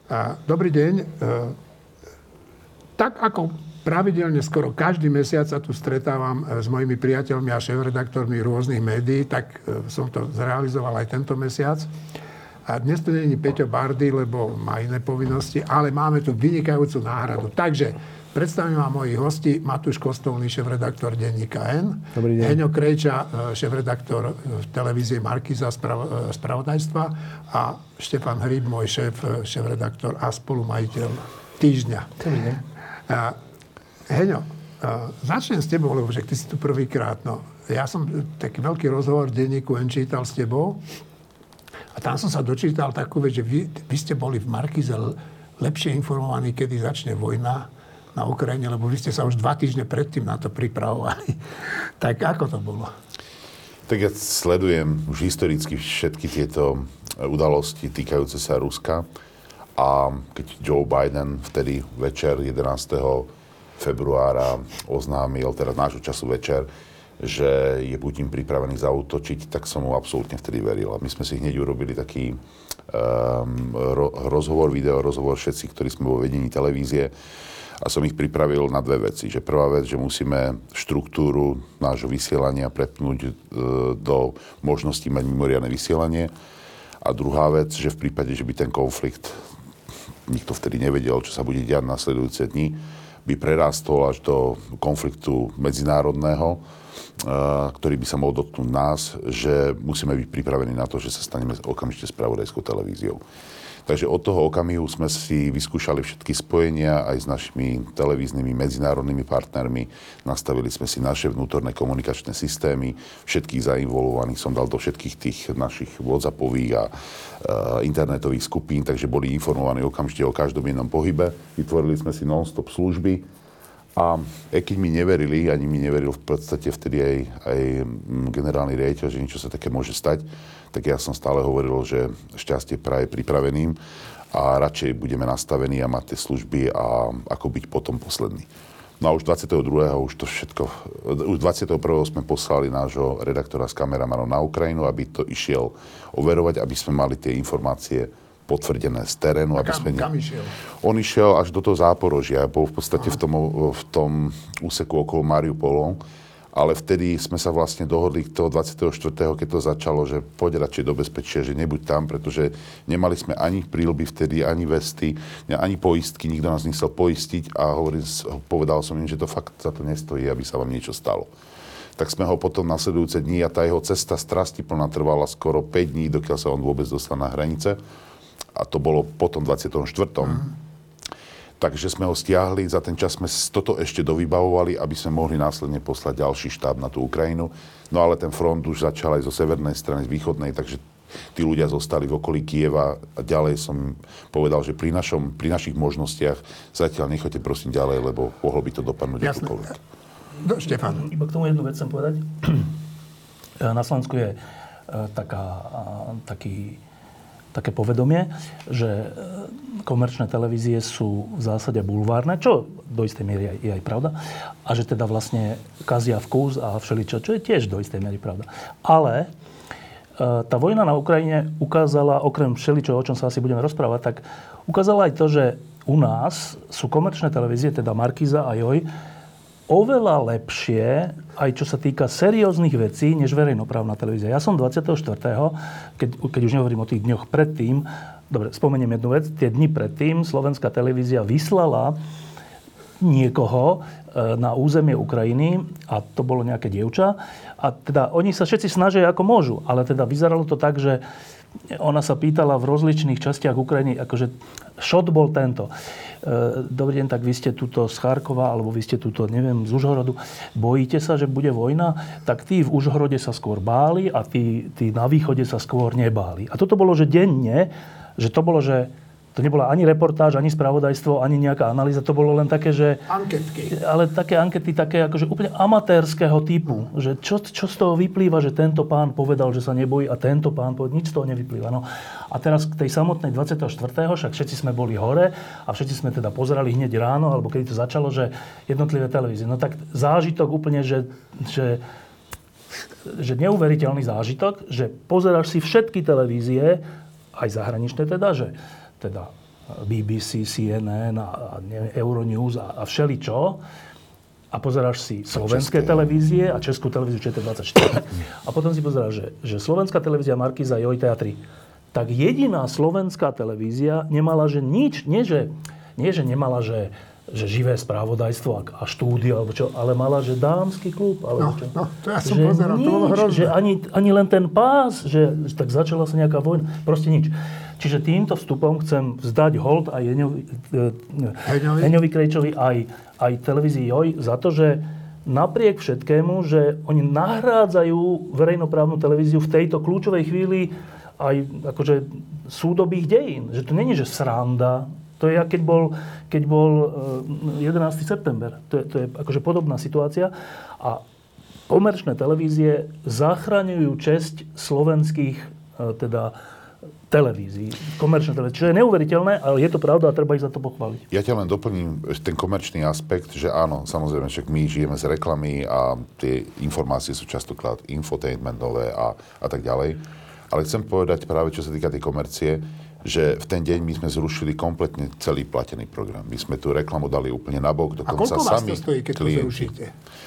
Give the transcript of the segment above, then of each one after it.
Dobrý deň. Tak ako pravidelne skoro každý mesiac sa tu stretávam s mojimi priateľmi a šéfredaktormi rôznych médií, tak som to zrealizoval aj tento mesiac. A dnes tu nie je Peťo Bardy, lebo má iné povinnosti, ale máme tu vynikajúcu náhradu. Takže predstavím vám mojich hostí. Matúš Kostolný, šéfredaktor denníka N. Dobrý deň. Heňo Krejča, šéfredaktor televízie Markíza spravodajstva. A Štefan Hríb, môj šéfredaktor a spolumajiteľ Týždňa. Dobrý deň. Heňo, začnem s tebou, lebo že ty si tu prvýkrát. No, ja som taký veľký rozhovor v denníku N čítal s tebou. A tam som sa dočítal takú vec, že vy ste boli v Markíze lepšie informovaní, kedy začne vojna na Ukrajine, lebo vy ste sa už 2 týždne predtým na to pripravovali. Tak ako to bolo? Tak ja sledujem už historicky všetky tieto udalosti týkajúce sa Ruska. A keď Joe Biden vtedy večer 11. februára oznámil, teda nášho času večer, že je Putin pripravený zaútočiť, tak som mu absolútne vtedy veril. A my sme si hneď urobili taký video rozhovor všetci, ktorí sme vo vedení televízie. A som ich pripravil na 2 veci. Že prvá vec, že musíme štruktúru nášho vysielania prepnúť do možnosti mať mimoriadne vysielanie. A druhá vec, že v prípade, že by ten konflikt, nikto vtedy nevedel, čo sa bude diať nasledujúce dni, by prerástol až do konfliktu medzinárodného, ktorý by sa mohol dotknúť nás, že musíme byť pripravení na to, že sa staneme okamžite spravodajskou televíziou. Takže od toho okamihu sme si vyskúšali všetky spojenia aj s našimi televíznymi medzinárodnými partnermi. Nastavili sme si naše vnútorné komunikačné systémy. Všetkých zainvolovaných som dal do všetkých tých našich WhatsAppových a internetových skupín, takže boli informovaní okamžite o každom jednom pohybe. Vytvorili sme si non-stop služby. A keď mi neverili, ani mi neveril v podstate vtedy aj generálny riaditeľ, že niečo sa také môže stať, tak ja som stále hovoril, že šťastie praje pripraveným a radšej budeme nastavení a mať tie služby a ako byť potom posledný. No a už 22. už to všetko, už 21. sme poslali nášho redaktora s kameramánom na Ukrajinu, aby to išiel overovať, aby sme mali tie informácie potvrdené z terénu. A kam išiel? On išiel až do toho Záporožia. Bol v podstate v tom úseku okolo Mariupolu. Ale vtedy sme sa vlastne dohodli toho 24., keď to začalo, že poď radšej do bezpečia, že nebuď tam, pretože nemali sme ani príľby vtedy, ani vesty, ani poistky, nikto nás nechcel poistiť a povedal som im, že to fakt za to nestojí, aby sa vám niečo stalo. Tak sme ho potom nasledujúce dni a tá jeho cesta strastiplná trvala skoro 5 dní, dokiaľ sa on vôbec dostal na hranice. A to bolo potom 24. Takže sme ho stiahli, za ten čas sme toto ešte dovybavovali, aby sme mohli následne poslať ďalší štáb na tú Ukrajinu. No ale ten front už začal aj zo severnej strany, z východnej, takže tí ľudia zostali v okolí Kieva a ďalej som povedal, že pri našich možnostiach zatiaľ nechoďte prosím ďalej, lebo mohlo by to dopadnúť akokoľvek. No, Štefan. Iba k tomu jednu vec chcem povedať. Na Slovensku je také povedomie, že komerčné televízie sú v zásade bulvárne, čo do istej miery je aj pravda, a že teda vlastne kazia vkus a všeličo, čo je tiež do istej miery pravda. Ale tá vojna na Ukrajine ukázala, okrem všeličo, o čom sa asi budeme rozprávať, tak ukázala aj to, že u nás sú komerčné televízie, teda Markíza a Joj, oveľa lepšie, aj čo sa týka serióznych vecí, než verejnoprávna televízia. Ja som 24., keď už nehovorím o tých dňoch predtým, dobre, spomeniem jednu vec, tie dni predtým slovenská televízia vyslala niekoho na územie Ukrajiny a to bolo nejaké dievča a teda oni sa všetci snažia ako môžu, ale teda vyzeralo to tak, že ona sa pýtala v rozličných častiach Ukrajiny, akože šot bol tento. Dobrý deň, tak vy ste tuto z Charkova, alebo vy ste tuto, neviem, z Užhorodu. Bojíte sa, že bude vojna? Tak tí v Užhorode sa skôr báli a tí na východe sa skôr nebáli. A toto bolo, že denne, že to bolo, že to nebola ani reportáž, ani spravodajstvo, ani nejaká analýza, to bolo len také, že... Anketky. Ale také ankety, také akože úplne amatérskeho typu. Že čo z toho vyplýva, že tento pán povedal, že sa nebojí a tento pán povedal, nič z toho nevyplýva. No. A teraz k tej samotnej 24. však všetci sme boli hore a všetci sme teda pozerali hneď ráno, alebo keď to začalo, že jednotlivé televízie. No tak zážitok úplne, že neuveriteľný zážitok, že pozeráš si všetky televízie, aj zahraničné teda, že teda BBC, CNN a Euronews a všeličo a pozeráš si slovenské televízie a českú televíziu ČT24 a potom si pozeráš, že slovenská televízia Markíza, Joj, Teatry, tak jediná slovenská televízia nemala, že nič, nie že nemala, že živé správodajstvo a štúdio, alebo čo, ale mala, že dámsky klub, alebo čo. No, to ja som pozeral, to bolo hrozné. Že ani len ten pás, že tak začala sa nejaká vojna, proste nič. Čiže týmto vstupom chcem vzdať hold aj Heňovi Krejčovi, aj televízii Joj za to, že napriek všetkému, že oni nahrádzajú verejnoprávnu televíziu v tejto kľúčovej chvíli aj akože súdobých dejín. Že to není, že sranda. To je, keď bol 11. september. To je akože podobná situácia. A komerčné televízie zachraňujú česť slovenských televízií. Komerčné televízie. Čo je neuveriteľné, ale je to pravda a treba ich za to pochváliť. Ja ťa len doplním ten komerčný aspekt, že áno, samozrejme, však my žijeme z reklamy a tie informácie sú častokrát infotainmentové a tak ďalej. Ale chcem povedať práve, čo sa týka tej komercie, že v ten deň my sme zrušili kompletne celý platený program. My sme tú reklamu dali úplne nabok, dokonca sami klienti. A koľko vás to stojí, keď to zrušíte?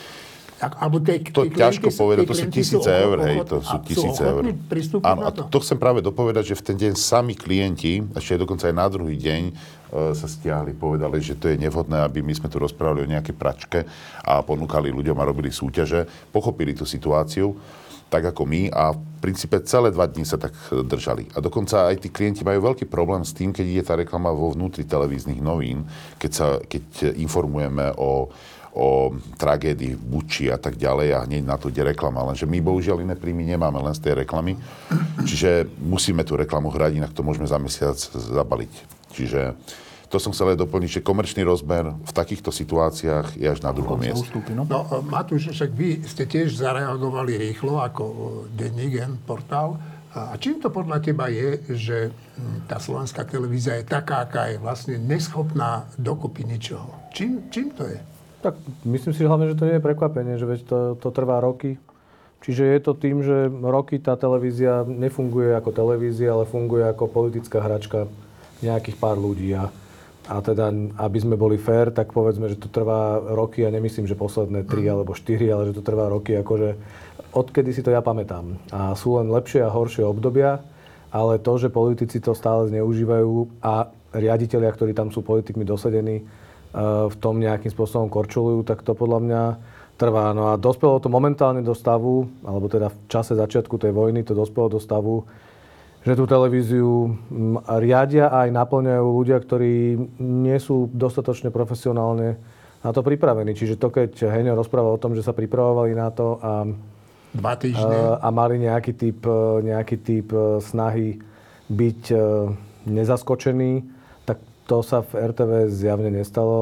To ťažko povedať, to sú tisíce eur, hej, to sú tisíce eur. Áno, a to chcem práve dopovedať, že v ten deň sami klienti, ešte dokonca aj na druhý deň, sa stiahli, povedali, že to je nevhodné, aby my sme tu rozprávali o nejakej pračke a ponúkali ľuďom a robili súťaže, pochopili tú situáciu, tak ako my a v princípe celé 2 dní sa tak držali. A dokonca aj tí klienti majú veľký problém s tým, keď je tá reklama vo vnútri televíznych novín, keď informujeme o tragédii v Buči a tak ďalej a hneď na to ide reklama. Lenže my bohužiaľ iné príjmy nemáme len z tej reklamy. Čiže musíme tú reklamu hrať, inak to môžeme za mesiac zabaliť. Čiže to som chcel doplniť, že komerčný rozmer v takýchto situáciách je až na druhom mieste. No, Matúš, však vy ste tiež zareagovali rýchlo ako denník, portál. A čím to podľa teba je, že tá slovenská televízia je taká, aká je vlastne neschopná dokopy ničoho? Čím to je? Tak myslím si hlavne, že to nie je prekvapenie, že veď to trvá roky. Čiže je to tým, že roky tá televízia nefunguje ako televízia, ale funguje ako politická hračka nejakých pár ľudí. A teda, aby sme boli fair, tak povedzme, že to trvá roky, a nemyslím, že posledné 3 alebo 4, ale že to trvá roky, akože odkedy si to ja pamätám. A sú len lepšie a horšie obdobia, ale to, že politici to stále zneužívajú a riaditelia, ktorí tam sú politikmi dosedení, v tom nejakým spôsobom korčulujú, tak to podľa mňa trvá. No a dospelo to momentálne do stavu, alebo teda v čase začiatku tej vojny to dospelo do stavu, že tú televíziu riadia a aj naplňajú ľudia, ktorí nie sú dostatočne profesionálne na to pripravení. Čiže to, keď Heňo rozprával o tom, že sa pripravovali na to a 2 týždne a mali nejaký typ snahy byť nezaskočený, tak to sa v RTV zjavne nestalo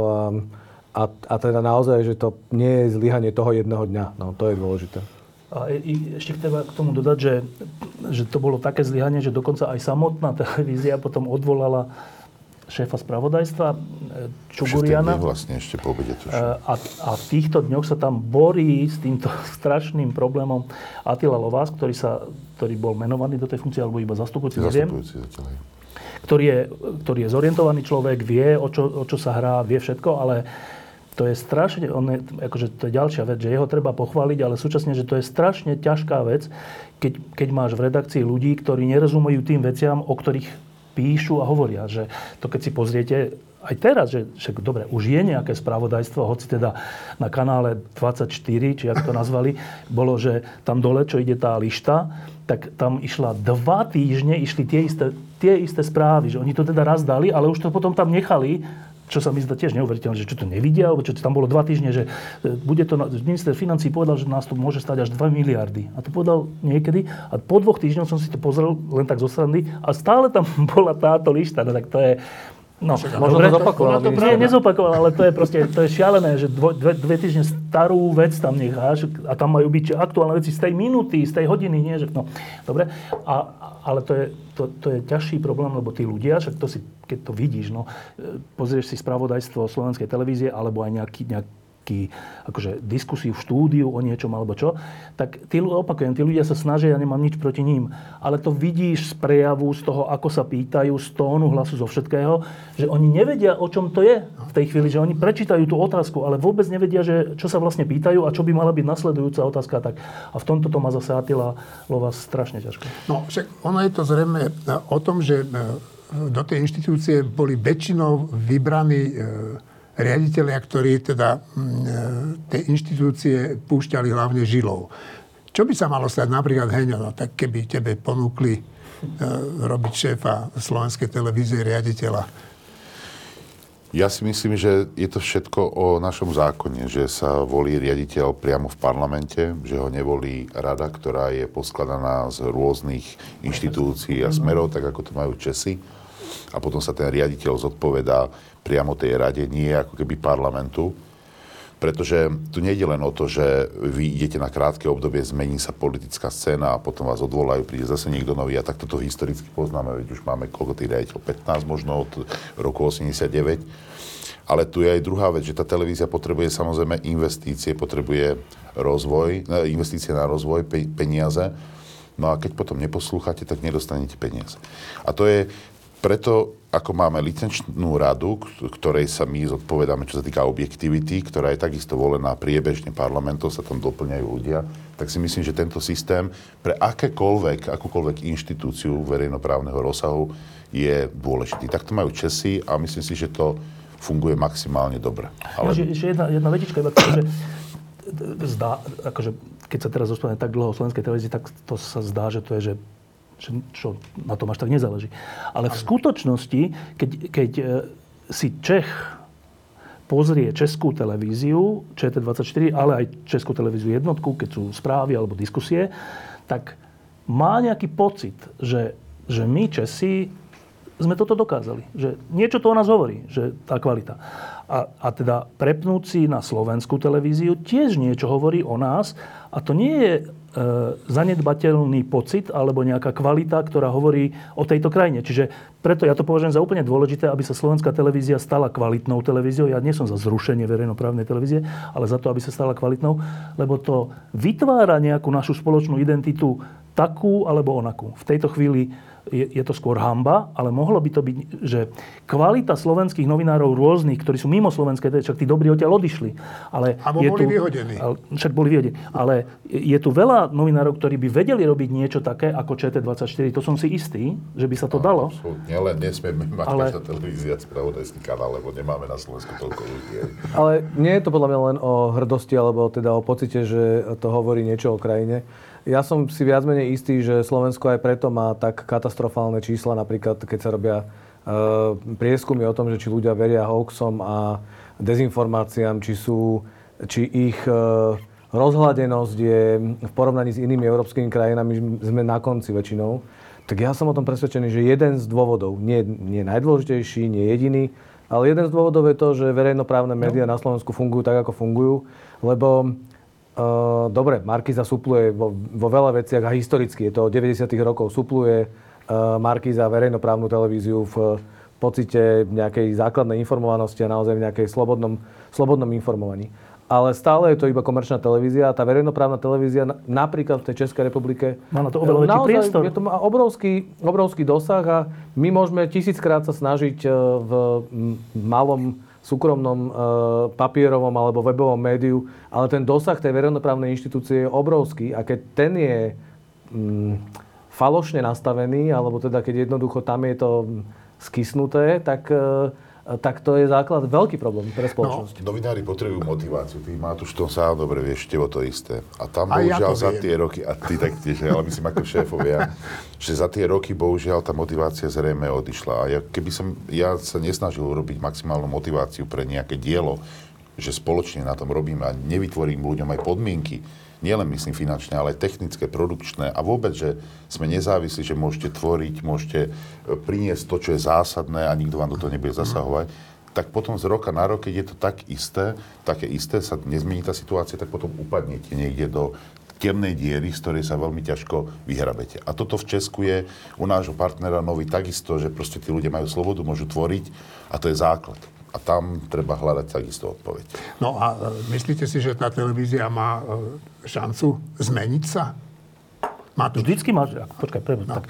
a teda naozaj, že to nie je zlyhanie toho jedného dňa. No, to je dôležité. A ešte treba k tomu dodať, že to bolo také zlyhanie, že dokonca aj samotná televízia potom odvolala šéfa spravodajstva Čuguriana. Vlastne ešte po obede to a v týchto dňoch sa tam borí s týmto strašným problémom Attila Lovás, ktorý bol menovaný do tej funkcie, alebo iba zastupujúci, neviem. Ktorý je zorientovaný človek, vie, o čo sa hrá, vie všetko, ale to je strašne, akože to je ďalšia vec, že jeho treba pochváliť, ale súčasne, že to je strašne ťažká vec, keď máš v redakcii ľudí, ktorí nerozumejú tým veciam, o ktorých píšu a hovoria. Že to keď si pozriete aj teraz, že dobre, už je nejaké spravodajstvo, hoci teda na kanále 24, či jak to nazvali, bolo, že tam dole, čo ide tá lišta, tak tam išla 2 týždne, išli tie isté správy, že oni to teda raz dali, ale už to potom tam nechali, čo sa mi zdá tiež neuveriteľné, že čo to nevidia, alebo čo tam bolo 2 týždne, že bude to, minister financií povedal, že nás to môže stať až 2 miliardy. A to povedal niekedy. A po 2 týždňoch som si to pozrel len tak zo strany a stále tam bola táto lišta. No tak to je... No, možno to zopakoval. Nie, nezopakoval, ale to je proste, to je šialené, že 2 týždne starú vec tam necháš a tam majú byť aktuálne veci z tej minúty, z tej hodiny, nie, že no, dobre. Ale to je ťažší problém, lebo tí ľudia, však to si, keď to vidíš, no, pozrieš si spravodajstvo slovenskej televízie alebo aj nejaký akože diskusiu v štúdiu o niečom alebo čo, tak tí ľudia sa snažia, ja nemám nič proti ním, ale to vidíš z prejavu, z toho, ako sa pýtajú, z tónu hlasu, zo všetkého, že oni nevedia, o čom to je v tej chvíli, že oni prečítajú tú otázku, ale vôbec nevedia, že čo sa vlastne pýtajú a čo by mala byť nasledujúca otázka. Tak. A v tomto to má zase Attila Lovas strašne ťažko. No, však ono je to zrejme o tom, že do tej inštitúcie boli väčšinou vybraní riaditelia, ktorí teda tej inštitúcie púšťali hlavne žilou. Čo by sa malo stať? Napríklad Heňo, no, tak keby tebe ponúkli robiť šéfa Slovenskej televízie, riaditeľa. Ja si myslím, že je to všetko o našom zákone, že sa volí riaditeľ priamo v parlamente, že ho nevolí rada, ktorá je poskladaná z rôznych inštitúcií a smerov, tak ako to majú Česi. A potom sa ten riaditeľ zodpovedá priamo tej rade, nie ako keby parlamentu. Pretože tu nejde len o to, že vy idete na krátke obdobie, zmení sa politická scéna a potom vás odvolajú, príde zase niekto nový a takto to historicky poznáme, veď už máme koľko tých riaditeľov, 15 možno od roku 89. Ale tu je aj druhá vec, že tá televízia potrebuje samozrejme investície, potrebuje rozvoj, investície na rozvoj, peniaze. No a keď potom neposlúchate, tak nedostanete peniaze. A to je preto, ako máme licenčnú radu, ktorej sa my zodpovedáme, čo sa týka objektivity, ktorá je takisto volená priebežne parlamentov, sa tam doplňajú ľudia, tak si myslím, že tento systém pre akúkoľvek inštitúciu verejnoprávneho rozsahu je dôležitý. Tak to majú Česi a myslím si, že to funguje maximálne dobre. Ale... Ešte jedna vetička, iba že akože, keď sa teraz rozprávame tak dlho o slovenskej televízii, tak to sa zdá, že to je, že čo na tom až tak nezáleží. Ale v skutočnosti, keď si Čech pozrie Českú televíziu, ČT24, ale aj Českú televíziu jednotku, keď sú správy alebo diskusie, tak má nejaký pocit, že my Česi sme toto dokázali. Že niečo to o nás hovorí, že tá kvalita. A teda prepnúť si na slovenskú televíziu tiež niečo hovorí o nás a to nie je zanedbateľný pocit alebo nejaká kvalita, ktorá hovorí o tejto krajine. Čiže preto ja to považujem za úplne dôležité, aby sa slovenská televízia stala kvalitnou televíziou. Ja nie som za zrušenie verejnoprávnej televízie, ale za to, aby sa stala kvalitnou, lebo to vytvára nejakú našu spoločnú identitu takú alebo onakú. V tejto chvíli je to skôr hanba, ale mohlo by to byť, že kvalita slovenských novinárov rôznych, ktorí sú mimo slovenskej, však tí dobrí odtiaľ odišli. Ale boli vyhodení. Však boli vyhodení. Ale je tu veľa novinárov, ktorí by vedeli robiť niečo také ako ČT24. To som si istý, že by sa to dalo. Absolutne, len nesmieme mať každá televízia spravodajský kanál, lebo nemáme na Slovensku toľko ľudí. Ale nie je to podľa mňa len o hrdosti, alebo teda o pocite, že to hovorí niečo o krajine. Ja som si viac menej istý, že Slovensko aj preto má tak katastrofálne čísla, napríklad keď sa robia prieskumy o tom, že či ľudia veria hoaxom a dezinformáciám, či ich rozhladenosť je v porovnaní s inými európskymi krajinami, sme na konci väčšinou. Tak ja som o tom presvedčený, že jeden z dôvodov, nie najdôležitejší, nie jediný, ale jeden z dôvodov je to, že verejnoprávne médiá na Slovensku fungujú tak, ako fungujú, lebo dobre, Markíza supluje vo veľa veciach a historicky, je to od 90. rokov, supluje Markíza verejnoprávnu televíziu v pocite nejakej základnej informovanosti a naozaj v nejakej slobodnom informovaní. Ale stále je to iba komerčná televízia a tá verejnoprávna televízia napríklad v tej Českej republike má na to oveľa väčší priestor. To má obrovský dosah a my môžeme 1000-krát sa snažiť v malom súkromnom papierovom alebo webovom médiu, ale ten dosah tej verejnoprávnej inštitúcie je obrovský a keď ten je falošne nastavený, alebo teda keď jednoducho tam je to skysnuté, tak to je základ, veľký problém pre spoločnosť. No, novinári potrebujú motiváciu. Ty, Matúš, to sám dobre vieš, tevo to isté. A tam bohužiaľ za tie roky, a ty tak tiež, ale myslím ako šéfovia, že za tie roky bohužiaľ tá motivácia zrejme odišla. A ja sa nesnažil urobiť maximálnu motiváciu pre nejaké dielo, že spoločne na tom robíme a nevytvorím ľuďom aj podmienky, nielen myslím finančné, ale aj technické, produkčné a vôbec, že sme nezávislí, že môžete tvoriť, môžete priniesť to, čo je zásadné a nikto vám do toho nebude zasahovať, tak potom z roka na rok, keď je to také isté, sa nezmení tá situácia, tak potom upadnete niekde do temnej diery, z ktorej sa veľmi ťažko vyhrabete. A toto v Česku je u nášho partnera Novy takisto, že proste tí ľudia majú slobodu, môžu tvoriť a to je základ. A tam treba hľadať takisto odpoveď. No a myslíte si, že tá televízia má šancu zmeniť sa? Vždycky má... Počkaj, tak...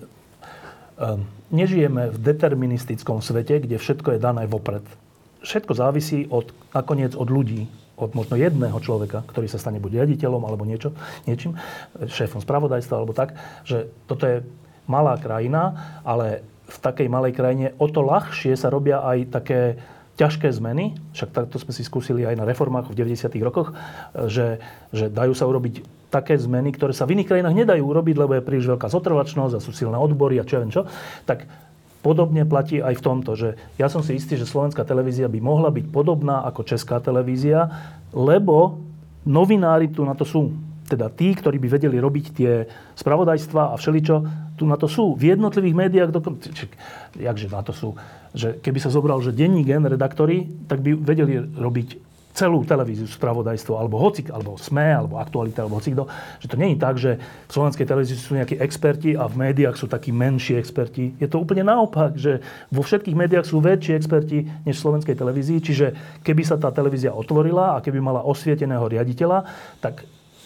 Nežijeme v deterministickom svete, kde všetko je dané vopred. Všetko závisí nakoniec od ľudí. Od možno jedného človeka, ktorý sa stane buď riaditeľom alebo niečím, šéfom spravodajstva alebo tak, že toto je malá krajina, ale v takej malej krajine o to ľahšie sa robia aj také ťažké zmeny, však takto sme si skúsili aj na reformách v 90. rokoch, že dajú sa urobiť také zmeny, ktoré sa v iných krajinách nedajú urobiť, lebo je príliš veľká zotrvačnosť a sú silné odbory a čo ja viem čo. Tak podobne platí aj v tomto, že ja som si istý, že slovenská televízia by mohla byť podobná ako česká televízia, lebo novinári tu na to sú. Teda tí, ktorí by vedeli robiť tie spravodajstvá a všeličo, tu na to sú. V jednotlivých médiách jakže na to sú? Že keby sa zobral, že denní gen redaktori, tak by vedeli robiť celú televíziu spravodajstvo, alebo SME, alebo Aktualita, alebo hocikdo. Že to nie je tak, že v slovenskej televízii sú nejakí experti a v médiách sú takí menší experti. Je to úplne naopak, že vo všetkých médiách sú väčší experti než v slovenskej televízii. Čiže keby sa tá televízia otvorila a keby mala osvieteného riaditeľa, tak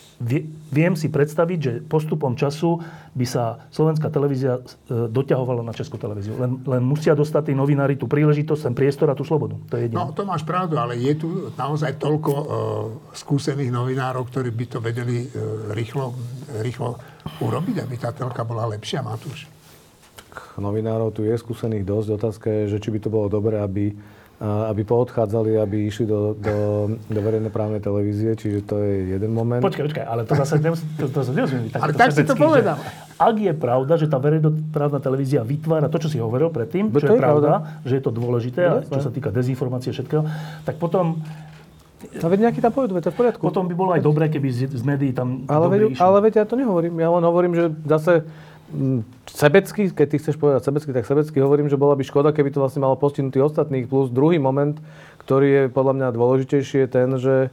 viem si predstaviť, že postupom času by sa slovenská televízia doťahovala na českú televíziu. Len musia dostať tí novinári tú príležitosť, ten priestor a tú slobodu. To je jediné. No, to máš pravdu, ale je tu naozaj toľko skúsených novinárov, ktorí by to vedeli rýchlo urobiť, aby tá telka bola lepšia, Matúš? Novinárov tu je skúsených dosť. Otázka je, že či by to bolo dobré, aby poodchádzali, aby išli do verejnoprávnej televízie, čiže to je jeden moment. Počkaj, ale to zase nemusíme byť. Ale tak si to povedal. Ak je pravda, že tá verejnoprávna televízia vytvára to, čo si hovoril predtým, čo je pravda, že je to dôležité, a čo sa týka dezinformácie všetkého, tak potom... A veď nejaký tam povedu, to je v poriadku. Potom by bolo aj dobré, keby z médií tam ale veď ja to nehovorím. Ja len hovorím, že zase sebecky, keď ty chceš povedať sebecky, tak sebecky hovorím, že bola by škoda, keby to vlastne malo postihnutý ostatných. Plus druhý moment, ktorý je podľa mňa dôležitejší, je ten, že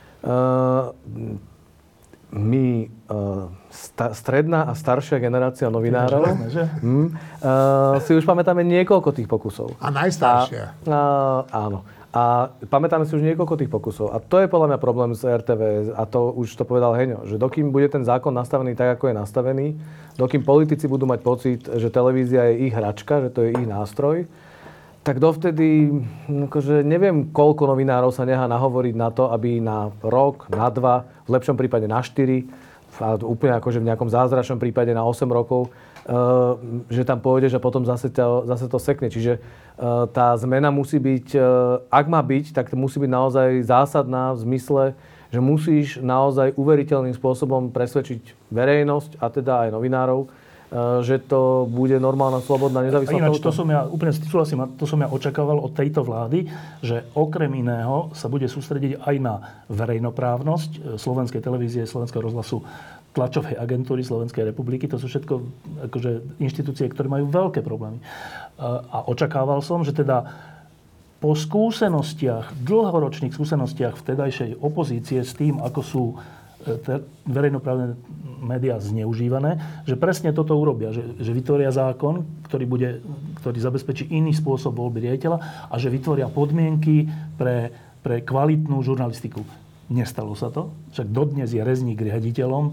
my, stredná a staršia generácia novinárov, si už pamätáme niekoľko tých pokusov. A najstaršia. Áno. A pamätáme si už niekoľko tých pokusov. A to je podľa mňa problém s RTV, a to už to povedal Heňo, že dokým bude ten zákon nastavený tak, ako je nastavený, dokým politici budú mať pocit, že televízia je ich hračka, že to je ich nástroj, tak dovtedy, akože neviem, koľko novinárov sa nechá nahovoriť na to, aby na rok, na 2, v lepšom prípade na 4, a úplne akože v nejakom zázračnom prípade na 8 rokov, že tam pôjdeš a potom zase to sekne. Čiže tá zmena musí byť, ak má byť, tak musí byť naozaj zásadná v zmysle, že musíš naozaj uveriteľným spôsobom presvedčiť verejnosť a teda aj novinárov, že to bude normálna, slobodná, nezávislá. Ináč, to som ja úplne súhlasím, to som ja očakával od tejto vlády, že okrem iného sa bude sústrediť aj na verejnoprávnosť slovenskej televízie, slovenského rozhlasu, tlačovej agentúry Slovenskej republiky. To sú všetko akože inštitúcie, ktoré majú veľké problémy. A očakával som, že teda po skúsenostiach, dlhoročných skúsenostiach vtedajšej opozície s tým, ako sú verejnoprávne médiá zneužívané, že presne toto urobia. Že vytvoria zákon, ktorý zabezpečí iný spôsob voľby riaditeľa a že vytvoria podmienky pre kvalitnú žurnalistiku. Nestalo sa to. Však dodnes je Rezník riaditeľom.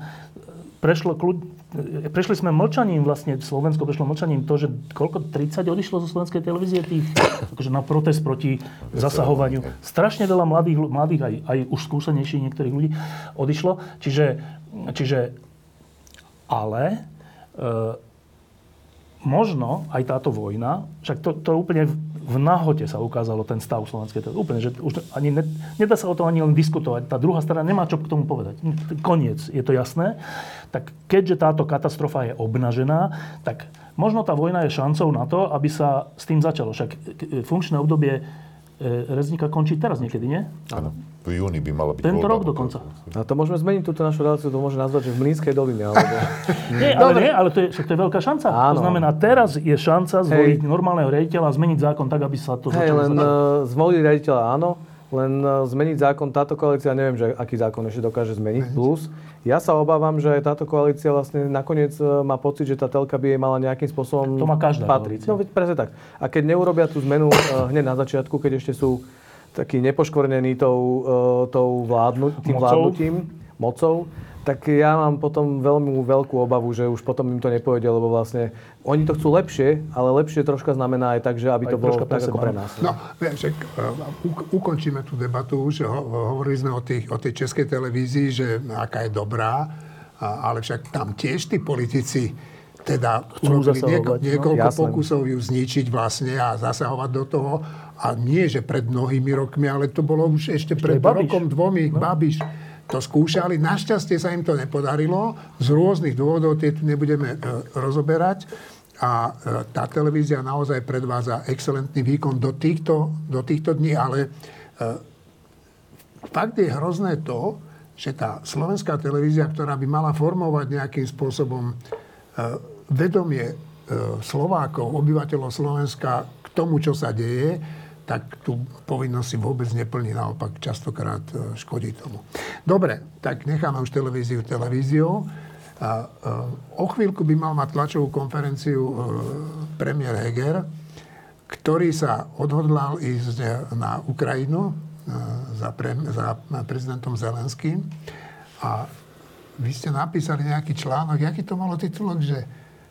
Prešli sme mlčaním, vlastne Slovensko prešlo mlčaním to, že koľko 30 odišlo zo slovenskej televízie tých, akože na protest proti zasahovaniu. Strašne veľa mladých aj už skúsenejších niektorých ľudí odišlo. Čiže možno aj táto vojna, však to úplne v nahote sa ukázalo ten stav slovenskej televízie. Úplne, že už nedá sa o tom ani len diskutovať. Tá druhá strana nemá čo k tomu povedať. Koniec, je to jasné. Tak keďže táto katastrofa je obnažená, tak možno tá vojna je šancou na to, aby sa s tým začalo. Však funkčné obdobie Rezníka končí teraz niekedy, nie? Áno. V júni by malo byť tento voľba. Rok dokonca. A to môžeme zmeniť túto našu reláciu, to môže nazvať, že v Mlynskej doline. Alebo... ale to je veľká šanca. Áno. To znamená, teraz je šanca zvoliť normálneho riaditeľa a zmeniť zákon tak, aby sa to začalo. Len zvoliť riaditeľa áno, len zmeniť zákon, táto koalícia, neviem, že aký zákon ešte dokáže zmeniť. Plus, ja sa obávam, že aj táto koalícia vlastne nakoniec má pocit, že tá telka by jej mala nejakým spôsobom to má každá patriť. koalícia. No veď presne tak. A keď neurobia tú zmenu hneď na začiatku, keď ešte sú takí nepoškvrnení tým vládnutím, mocou, tak ja mám potom veľmi veľkú obavu, že už potom im to nepôjde, lebo vlastne oni to chcú lepšie, ale lepšie troška znamená aj tak, že aby to bolo tak ako pre nás. No, viem, že ukončíme tú debatu, že hovorili sme o tej českej televízii, že aká je dobrá, ale však tam tiež tí politici teda urobili niekoľko pokusov ju zničiť vlastne a zasahovať do toho. A nie, že pred mnohými rokmi, ale to bolo už ešte pred rokom, dvomi, Babiš. To skúšali. Našťastie sa im to nepodarilo. Z rôznych dôvodov tie tu nebudeme rozoberať. A tá televízia naozaj predvádza excelentný výkon do týchto dní. Ale fakt je hrozné to, že tá slovenská televízia, ktorá by mala formovať nejakým spôsobom vedomie Slovákov, obyvateľov Slovenska k tomu, čo sa deje, tak tú povinnosť si vôbec neplní, naopak častokrát škodí tomu. Dobre, tak necháme už televíziou. O chvíľku by mal mať tlačovú konferenciu premiér Heger, ktorý sa odhodlal ísť na Ukrajinu za prezidentom Zelenským. A vy ste napísali nejaký článok, aký to malo titulok, že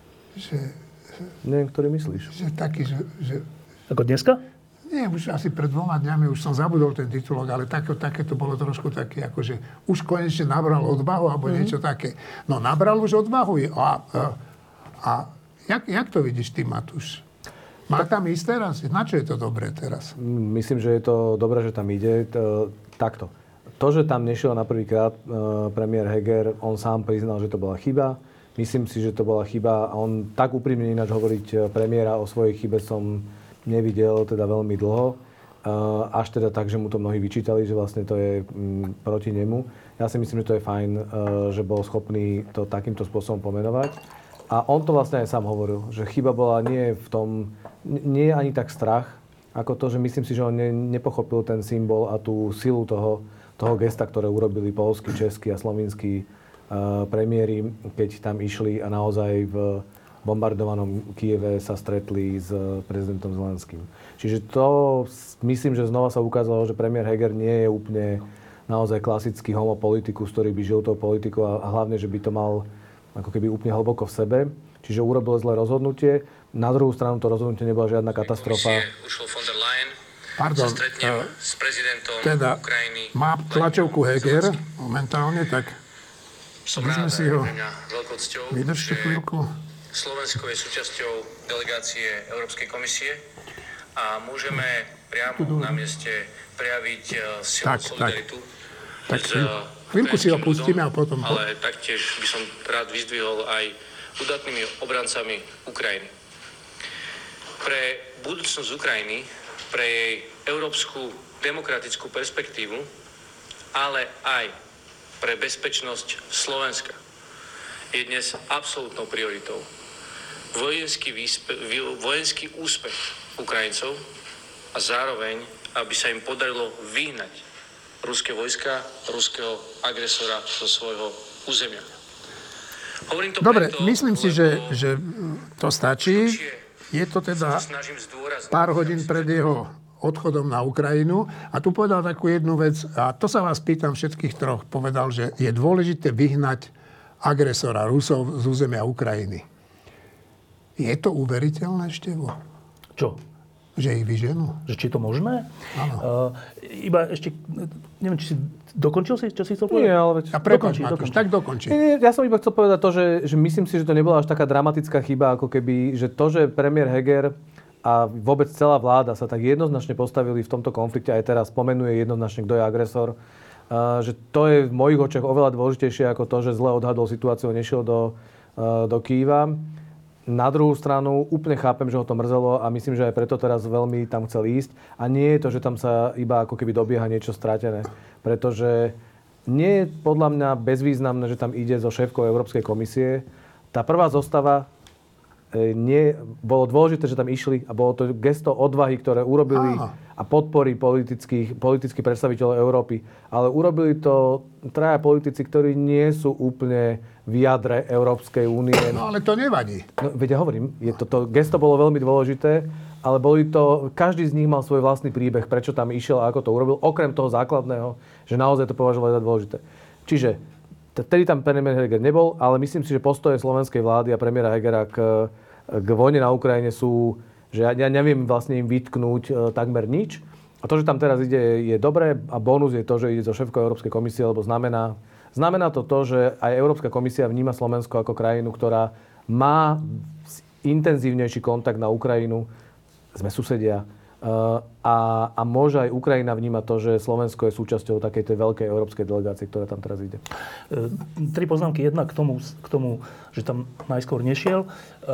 neviem, ktorý myslíš. Že taký, že... Ako dneska? Nie, už asi pred 2 dňami už som zabudol ten titulok, ale také to bolo trošku také, akože už konečne nabral odvahu, alebo niečo také. No, nabral už odvahu. A jak to vidíš ty, Matúš? Má tam ísť teraz? Na čo je to dobré teraz? Myslím, že je to dobré, že tam ide. Takto. To, že tam nešiel na prvýkrát premiér Heger, on sám priznal, že to bola chyba. Myslím si, že to bola chyba. A on tak úprimne ináč hovoriť premiéra o svojej chybe som nevidel teda veľmi dlho. Až teda tak, že mu to mnohí vyčítali, že vlastne to je proti nemu. Ja si myslím, že to je fajn, že bol schopný to takýmto spôsobom pomenovať. A on to vlastne aj sám hovoril, že chyba bola nie v tom, nie je ani tak strach, ako to, že myslím si, že on nepochopil ten symbol a tú silu toho gesta, ktoré urobili poľskí, českí a slovinskí premiéri, keď tam išli a naozaj v bombardovanom Kyjeve sa stretli s prezidentom Zelenským. Čiže to myslím, že znova sa ukázalo, že premiér Heger nie je úplne naozaj klasický homopolitikus, ktorý by žil tou politikou a hlavne, že by to mal ako keby úplne hlboko v sebe. Čiže urobil zlé rozhodnutie. Na druhú stranu to rozhodnutie nebola žiadna katastrofa. Pardon, s prezidentom teda Ukrajiny. Má tlačovku Heger momentálne, tak Som my sme rád, si ho... veľkou cťou, Vydržte že chvíľku. Slovensko je súčasťou delegácie Európskej komisie a môžeme priamo na mieste prejaviť silnú solidaritu. Tak chvíľku si ho pustíme a potom... Ale taktiež by som rád vyzdvihol aj udatnými obrancami Ukrajiny. Pre budúcnosť Ukrajiny, pre jej európsku demokratickú perspektívu, ale aj pre bezpečnosť Slovenska je dnes absolútnou prioritou vojenský úspech Ukrajincov a zároveň, aby sa im podarilo vyhnať ruské vojska, ruského agresora zo svojho územia. Hovorím to Dobre, preto, myslím si, že to stačí. Je to teda pár hodín pred jeho odchodom na Ukrajinu. A tu povedal takú jednu vec, a to sa vás pýtam všetkých troch. Povedal, že je dôležité vyhnať agresora Rusov z územia Ukrajiny. Je to uveriteľné, Števo? Čo? Že ich vyženú? Že či je to možné? Áno. Iba ešte, neviem, či si dokončil si, čo si chcel povedať? Nie, ale veď... A prepáč, Matúš, tak dokončí. Ja som iba chcel povedať to, že myslím si, že to nebola až taká dramatická chyba, ako keby, že to, že premiér Heger a vôbec celá vláda sa tak jednoznačne postavili v tomto konflikte, aj teraz spomenuje jednoznačne, kto je agresor, že to je v mojich očiach oveľa dôležitejšie ako to, že zle odhadol situáciu a nešiel do Kyjeva. Na druhú stranu úplne chápem, že ho to mrzelo a myslím, že aj preto teraz veľmi tam chcel ísť. A nie je to, že tam sa iba ako keby dobieha niečo stratené. Pretože nie je podľa mňa bezvýznamné, že tam ide so šéfkou Európskej komisie. Tá prvá zostava bolo dôležité, že tam išli a bolo to gesto odvahy, ktoré urobili a podpory politických predstaviteľov Európy. Ale urobili to traja politici, ktorí nie sú úplne v jadre Európskej únie. No ale to nevadí. No, veď ja hovorím, to gesto bolo veľmi dôležité, ale každý z nich mal svoj vlastný príbeh, prečo tam išiel a ako to urobil, okrem toho základného, že naozaj to považovali za dôležité. Čiže vtedy tam premiér Heger nebol, ale myslím si, že postoje slovenskej vlády a premiéra Hegera k vojne na Ukrajine sú, že ja neviem vlastne im vytknúť takmer nič. A to, že tam teraz ide, je dobré a bonus je to, že ide zo šéfkou Európskej komisie, lebo znamená to, že aj Európska komisia vníma Slovensko ako krajinu, ktorá má intenzívnejší kontakt na Ukrajinu, sme susedia, a môže aj Ukrajina vnímať to, že Slovensko je súčasťou takej tej veľkej európskej delegácie, ktorá tam teraz ide. 3 poznámky. Jedna k tomu, že tam najskôr nešiel.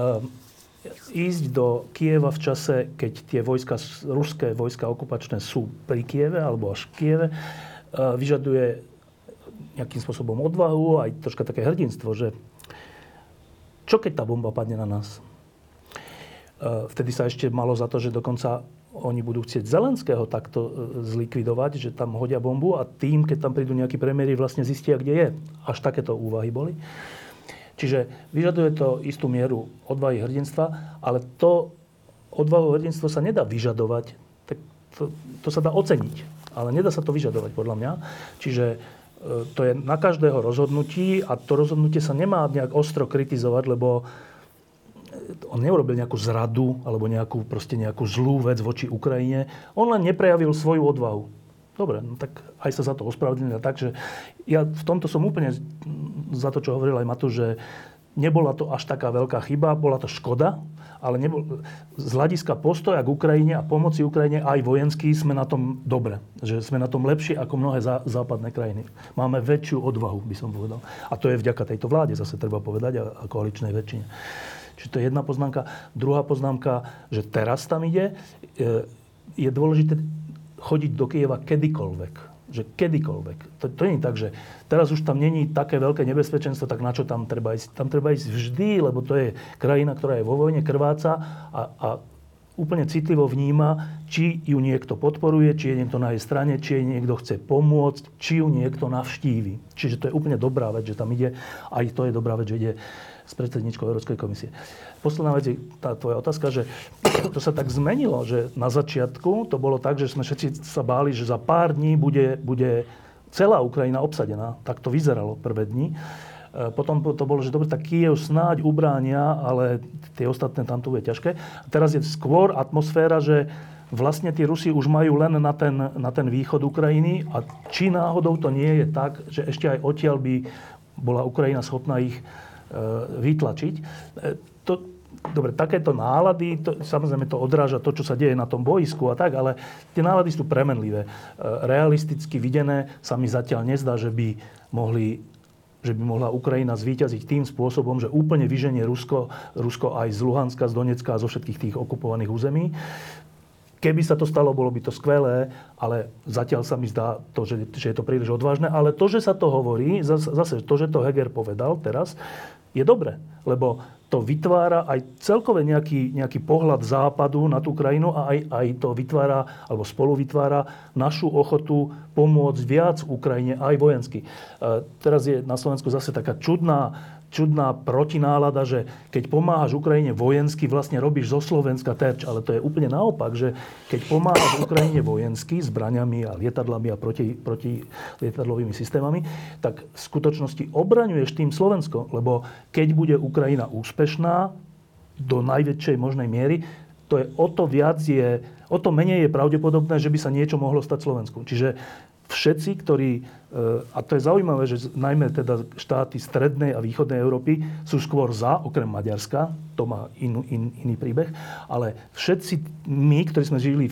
Ísť do Kieva v čase, keď tie ruské vojska okupačné sú pri Kieve, alebo až v Kieve, vyžaduje nejakým spôsobom odvahu, aj troška také hrdinstvo, že čo keď tá bomba padne na nás? Vtedy sa ešte malo za to, že dokonca oni budú chcieť Zelenského takto zlikvidovať, že tam hodia bombu a tým, keď tam prídu nejakí premiéri, vlastne zistia, kde je. Až takéto úvahy boli. Čiže vyžaduje to istú mieru odvahy hrdinstva, ale to odvahu hrdinstvo sa nedá vyžadovať. Tak to sa dá oceniť, ale nedá sa to vyžadovať, podľa mňa. Čiže to je na každého rozhodnutí a to rozhodnutie sa nemá nejak ostro kritizovať, lebo on neurobil nejakú zradu alebo nejakú zlú vec voči Ukrajine. On len neprejavil svoju odvahu. Dobre, no tak aj sa za to ospravedlnil. Takže ja v tomto som úplne za to, čo hovoril aj Matúš, že nebola to až taká veľká chyba, bola to škoda, ale z hľadiska postoja k Ukrajine a pomoci Ukrajine aj vojenský sme na tom dobre. Že sme na tom lepšie ako mnohé západné krajiny. Máme väčšiu odvahu, by som povedal. A to je vďaka tejto vláde, zase treba povedať, a koaličnej väčšine. Čiže to je jedna poznámka. Druhá poznámka, že teraz tam ide, je dôležité chodiť do Kyjeva kedykoľvek. Že kedykoľvek. To nie je tak, že teraz už tam není také veľké nebezpečenstvo, tak na čo tam treba ísť? Tam treba ísť vždy, lebo to je krajina, ktorá je vo vojne, krváca a úplne citlivo vníma, či ju niekto podporuje, či je niekto na jej strane, či jej niekto chce pomôcť, či ju niekto navštívi. Čiže to je úplne dobrá vec, že tam ide. Aj to je dobrá vec, že ide s predsedničkou Európskej komisie. Posledná vec je tá tvoja otázka, že to sa tak zmenilo, že na začiatku to bolo tak, že sme všetci sa báli, že za pár dní bude celá Ukrajina obsadená. Tak to vyzeralo prvé dni. Potom to bolo, že dobre, tak Kyjev snáď ubránia, ale tie ostatné tam to bude ťažké. A teraz je skôr atmosféra, že vlastne tí Rusi už majú len na ten východ Ukrajiny a či náhodou to nie je tak, že ešte aj odtiaľ by bola Ukrajina schopná ich vytlačiť. Dobre, takéto nálady, samozrejme to odráža to, čo sa deje na tom boisku a tak, ale tie nálady sú premenlivé. Realisticky videné sa mi zatiaľ nezdá, že by mohla Ukrajina zvíťaziť tým spôsobom, že úplne vyženie Rusko aj z Luhanska, z Donecka a zo všetkých tých okupovaných území. Keby sa to stalo, bolo by to skvelé, ale zatiaľ sa mi zdá to, že je to príliš odvážne. Ale to, že sa to hovorí, zase to, že to Heger povedal teraz, je dobre, lebo to vytvára aj celkové nejaký pohľad západu na tú krajinu a aj to vytvára, alebo spolu vytvára našu ochotu pomôcť viac Ukrajine aj vojensky. Teraz je na Slovensku zase taká čudná protinálada, že keď pomáhaš Ukrajine vojensky, vlastne robíš zo Slovenska terč. Ale to je úplne naopak, že keď pomáhaš Ukrajine vojensky zbraňami a lietadlami a proti lietadlovými systémami, tak v skutočnosti obraňuješ tým Slovensko. Lebo keď bude Ukrajina úspešná do najväčšej možnej miery, to je o to menej je pravdepodobné, že by sa niečo mohlo stať Slovensku. Čiže všetci, ktorí, a to je zaujímavé, že najmä teda štáty strednej a východnej Európy sú skôr za, okrem Maďarska, to má iný príbeh, ale všetci my, ktorí sme žili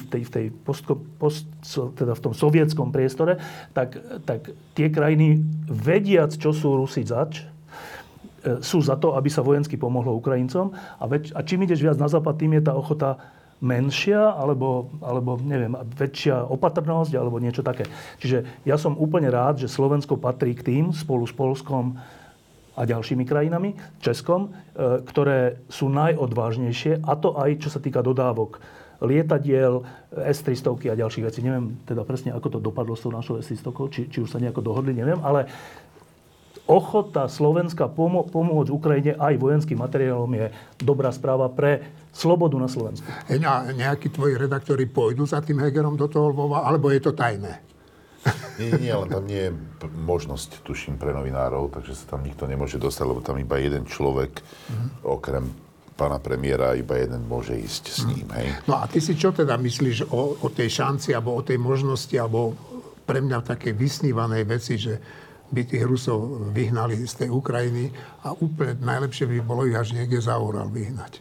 v tom sovietskom priestore, tak tie krajiny, vediac, čo sú Rusi zač, sú za to, aby sa vojensky pomohlo Ukrajincom a čím ideš viac na západ, tým je tá ochota menšia, alebo neviem, väčšia opatrnosť, alebo niečo také. Čiže ja som úplne rád, že Slovensko patrí k tým spolu s Poľskom a ďalšími krajinami, Českom, ktoré sú najodvážnejšie, a to aj čo sa týka dodávok lietadiel, S-300 a ďalších vecí. Neviem teda presne, ako to dopadlo s tou našou S-300, či už sa nejako dohodli, neviem, ale ochota Slovenska pomôcť Ukrajine aj vojenským materiálom je dobrá správa pre slobodu na Slovensku. Nejakí tvoji redaktori pôjdu za tým Hegerom do toho Lvova, alebo je to tajné? Nie, len tam nie je možnosť, tuším, pre novinárov, takže sa tam nikto nemôže dostať, lebo tam iba jeden človek, okrem pána premiéra, iba jeden môže ísť s ním. Hej. No a ty si čo teda myslíš o tej šanci, alebo o tej možnosti, alebo pre mňa také vysnívanej veci, že by tých Rusov vyhnali z tej Ukrajiny a úplne najlepšie by bolo ich až niekde za Ural vyhnať?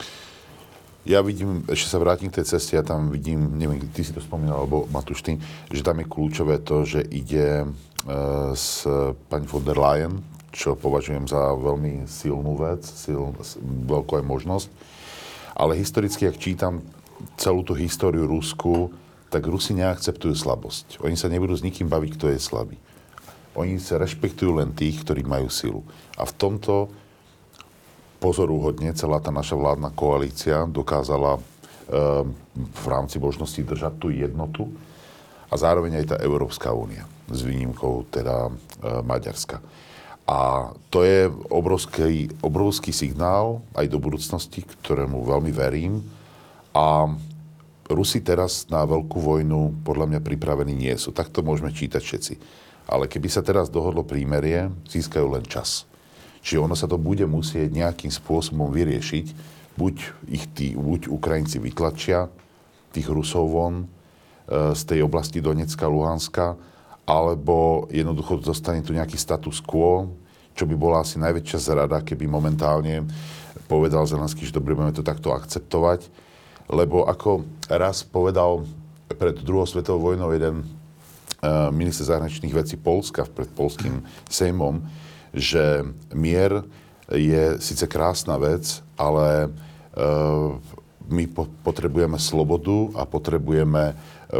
Ja vidím, ešte sa vrátim k tej ceste, ja tam vidím, neviem, ty si to spomínal, alebo Matúš, ty, že tam je kľúčové to, že ide s pani von der Leyen, čo považujem za veľmi silnú vec, veľkú aj možnosť. Ale historicky, ak čítam celú tú históriu Rusku, tak Rusi neakceptujú slabosť. Oni sa nebudú s nikým baviť, kto je slabý. Oni sa rešpektujú len tých, ktorí majú silu. A v tomto pozoruhodne celá tá naša vládna koalícia dokázala v rámci možností držať tú jednotu a zároveň aj tá Európska únia s výnimkou teda Maďarska. A to je obrovský signál aj do budúcnosti, ktorému veľmi verím. A Rusi teraz na veľkú vojnu podľa mňa pripravení nie sú. Tak to môžeme čítať všetci. Ale keby sa teraz dohodlo prímerie, získajú len čas. Čiže ono sa to bude musieť nejakým spôsobom vyriešiť. Buď Ukrajinci vytlačia tých Rusov von z tej oblasti Donecka, Luhanska, alebo jednoducho zostane tu nejaký status quo, čo by bola asi najväčšia zrada, keby momentálne povedal Zelenský, že dobre, budeme to takto akceptovať. Lebo ako raz povedal pred druhou svetovou vojnou jeden minister zahraničných vecí Poľska pred poľským sejmom, že mier je síce krásna vec, ale my potrebujeme slobodu a potrebujeme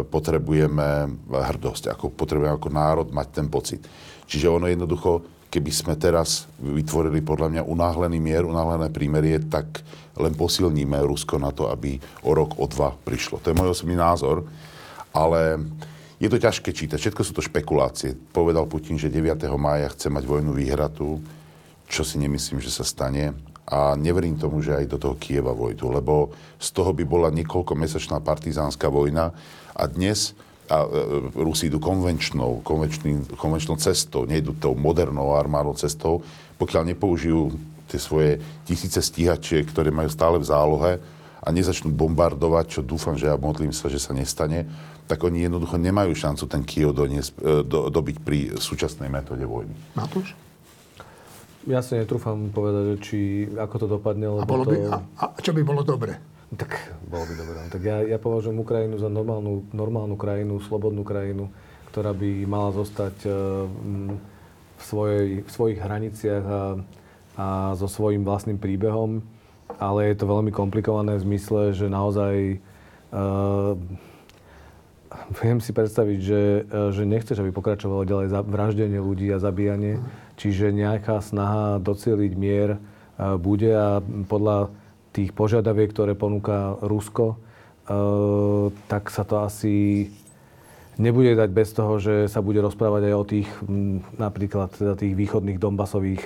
hrdosť. Potrebujeme ako národ mať ten pocit. Čiže ono jednoducho, keby sme teraz vytvorili podľa mňa unáhlený mier, unáhlené prímerie, tak len posilníme Rusko na to, aby o rok, o dva prišlo. To je môj osobný názor, ale je to ťažké čítať. Všetko sú to špekulácie. Povedal Putin, že 9. mája chce mať vojnu vyhratú, čo si nemyslím, že sa stane. A neverím tomu, že aj do toho Kieva vojdu, lebo z toho by bola niekoľkomesačná partizánska vojna a dnes Rusi idú konvenčnou cestou, nejdú tou modernou armádnou cestou, pokiaľ nepoužijú tie svoje tisíce stíhačiek, ktoré majú stále v zálohe a nezačnú bombardovať, čo dúfam, že ja modlím sa, že sa nestane, tak oni jednoducho nemajú šancu ten Kyjev dobiť pri súčasnej metóde vojny. Matúš? Ja si netrúfam povedať, ako to dopadne, lebo a čo by bolo dobre? Tak bolo by dobre. Tak ja považujem Ukrajinu za normálnu krajinu, slobodnú krajinu, ktorá by mala zostať v svojich hraniciach a so svojím vlastným príbehom. Ale je to veľmi komplikované v zmysle, že naozaj viem si predstaviť, že nechceš, aby pokračovalo ďalej vraždenie ľudí a zabíjanie. Čiže nejaká snaha docieliť mier bude a podľa tých požiadaviek, ktoré ponúka Rusko, tak sa to asi nebude dať bez toho, že sa bude rozprávať aj o tých napríklad teda tých východných Donbasových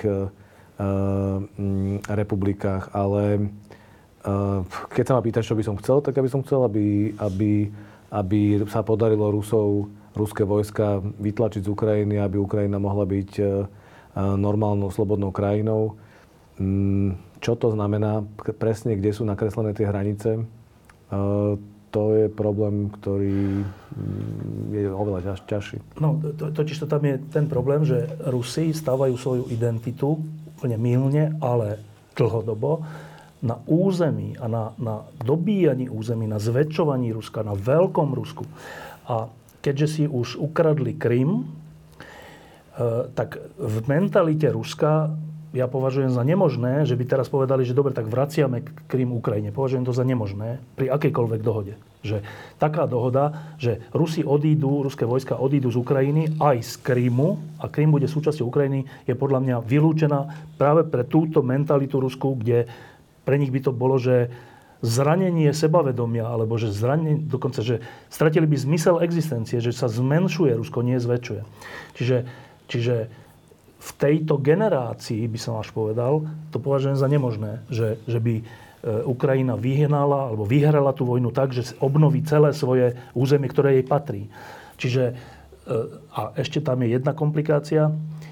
republikách. Ale keď sa ma pýtaš, čo by som chcel, tak ja by som chcel, aby sa podarilo ruské vojska vytlačiť z Ukrajiny, aby Ukrajina mohla byť normálnou, slobodnou krajinou. Čo to znamená presne, kde sú nakreslené tie hranice? To je problém, ktorý je oveľa ťažší. No, totiž to tam je ten problém, že Rusi stavajú svoju identitu úplne mylne, ale dlhodobo na území a na dobíjaní území, na zväčšovaní Ruska, na veľkom Rusku. A keďže si už ukradli Krym, tak v mentalite Ruska ja považujem za nemožné, že by teraz povedali, že dobre, tak vraciame Krym Ukrajine. Považujem to za nemožné pri akejkoľvek dohode. Že taká dohoda, že ruské vojska odídu z Ukrajiny aj z Krymu a Krym bude súčasťou Ukrajiny, je podľa mňa vylúčená práve pre túto mentalitu Rusku, kde pre nich by to bolo, že zranenie sebavedomia, alebo že dokonca, že stratili by zmysel existencie, že sa zmenšuje Rusko, nie zväčšuje. Čiže v tejto generácii, by som až povedal, to považujem za nemožné, že by Ukrajina vyhnala alebo vyhrala tú vojnu tak, že obnoví celé svoje územie, ktoré jej patrí. Čiže, a ešte tam je jedna komplikácia,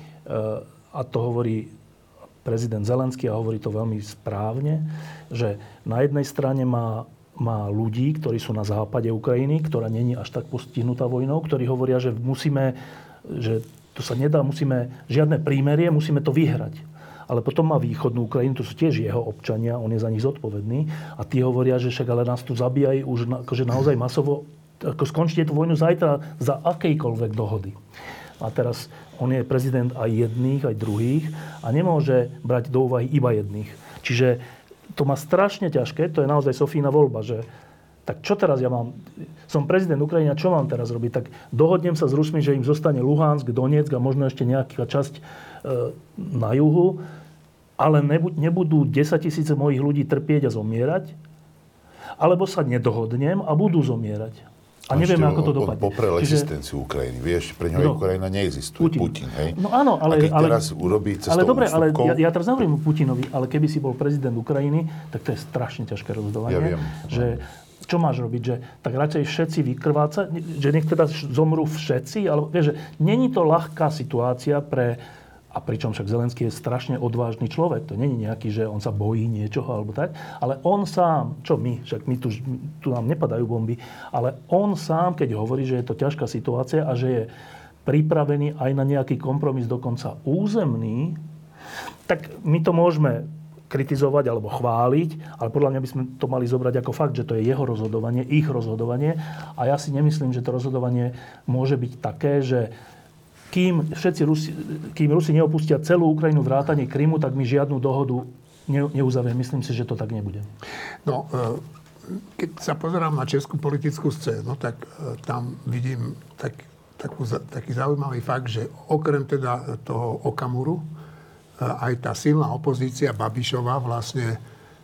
a to hovorí prezident Zelenský a hovorí to veľmi správne, že na jednej strane má ľudí, ktorí sú na západe Ukrajiny, ktorá není až tak postihnutá vojnou, ktorí hovoria, že že to sa nedá, žiadne prímerie, musíme to vyhrať. Ale potom má východnú Ukrajinu, to sú tiež jeho občania, on je za nich zodpovedný. A tí hovoria, že však ale nás tu zabíjajú už akože naozaj masovo, ako skončíte tú vojnu zajtra za akejkoľvek dohody. A teraz on je prezident aj jedných, aj druhých a nemôže brať do úvahy iba jedných. Čiže to má strašne ťažké, to je naozaj Sofína voľba, že tak čo teraz ja mám? Som prezident Ukrajiny a čo mám teraz robiť? Tak dohodnem sa s Rusmi, že im zostane Luhansk, Donetsk a možno ešte nejaká časť na juhu, ale nebudú 10 000 mojich ľudí trpieť a zomierať, alebo sa nedohodnem a budú zomierať. A nevieme, ako to dopadne. On poprel existenciu Ukrajiny. Vieš, pre ňo Ukrajina neexistuje. Putin, hej? No áno, ale... A keď teraz urobí cestou dobre, ústupkov... ale ja teraz nehovorím o Putinovi, ale keby si bol prezident Ukrajiny, tak to je strašne ťažké rozhodovanie. Ja viem. Že, čo máš robiť? Že tak radšej všetci vykrvácať, že nech teda zomrú všetci, ale vieš, že není to ľahká situácia pre... A pričom však Zelenský je strašne odvážny človek. To nie je nejaký, že on sa bojí niečoho alebo tak. Ale on sám, však my tu nám nepadajú bomby, ale on sám, keď hovorí, že je to ťažká situácia a že je pripravený aj na nejaký kompromis, dokonca územný, tak my to môžeme kritizovať alebo chváliť, ale podľa mňa by sme to mali zobrať ako fakt, že to je jeho rozhodovanie, ich rozhodovanie. A ja si nemyslím, že to rozhodovanie môže byť také, že kým Rusi neopustia celú Ukrajinu vrátane Krymu, tak my žiadnu dohodu neuzavrieme. Myslím si, že to tak nebude. No, keď sa pozerám na českú politickú scénu, tak tam vidím taký zaujímavý fakt, že okrem teda toho Okamuru, aj tá silná opozícia Babišova vlastne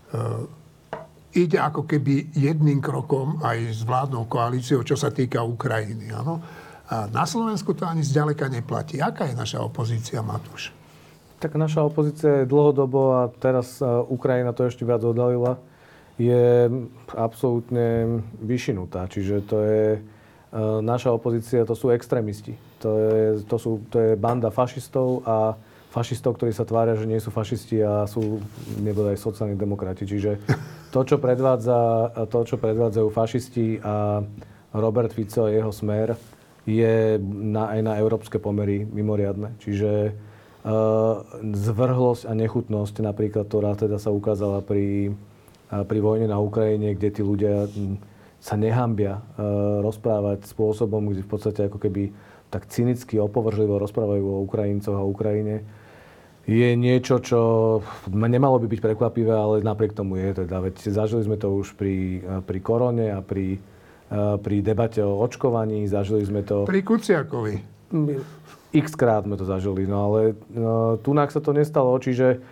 ide ako keby jedným krokom aj s vládnou koalíciou, čo sa týka Ukrajiny. Áno? A na Slovensku to ani zďaleka neplatí. Aká je naša opozícia, Matúš? Tak naša opozícia je dlhodobo a teraz Ukrajina to ešte viac odhalila, je absolútne vyšinutá. Čiže to je naša opozícia, to sú extrémisti. To je banda fašistov a fašistov, ktorí sa tvária, že nie sú fašisti a sú nebodaj sociálni demokrati. Čiže to, čo predvádzajú fašisti a Robert Fico a jeho Smer, je aj na európske pomery mimoriadne. Čiže zvrhlosť a nechutnosť napríklad, ktorá teda sa ukázala pri vojne na Ukrajine, kde tí ľudia sa nehambia rozprávať spôsobom, kde v podstate ako keby tak cynicky, opovržlivo rozprávajú o Ukrajincoch a Ukrajine, je niečo, čo nemalo by byť prekvapivé, ale napriek tomu je. Teda, veď zažili sme to už pri korone a pri debate o očkovaní, zažili sme to... Pri Kuciakovi. X-krát sme to zažili, no ale tunák sa to nestalo, čiže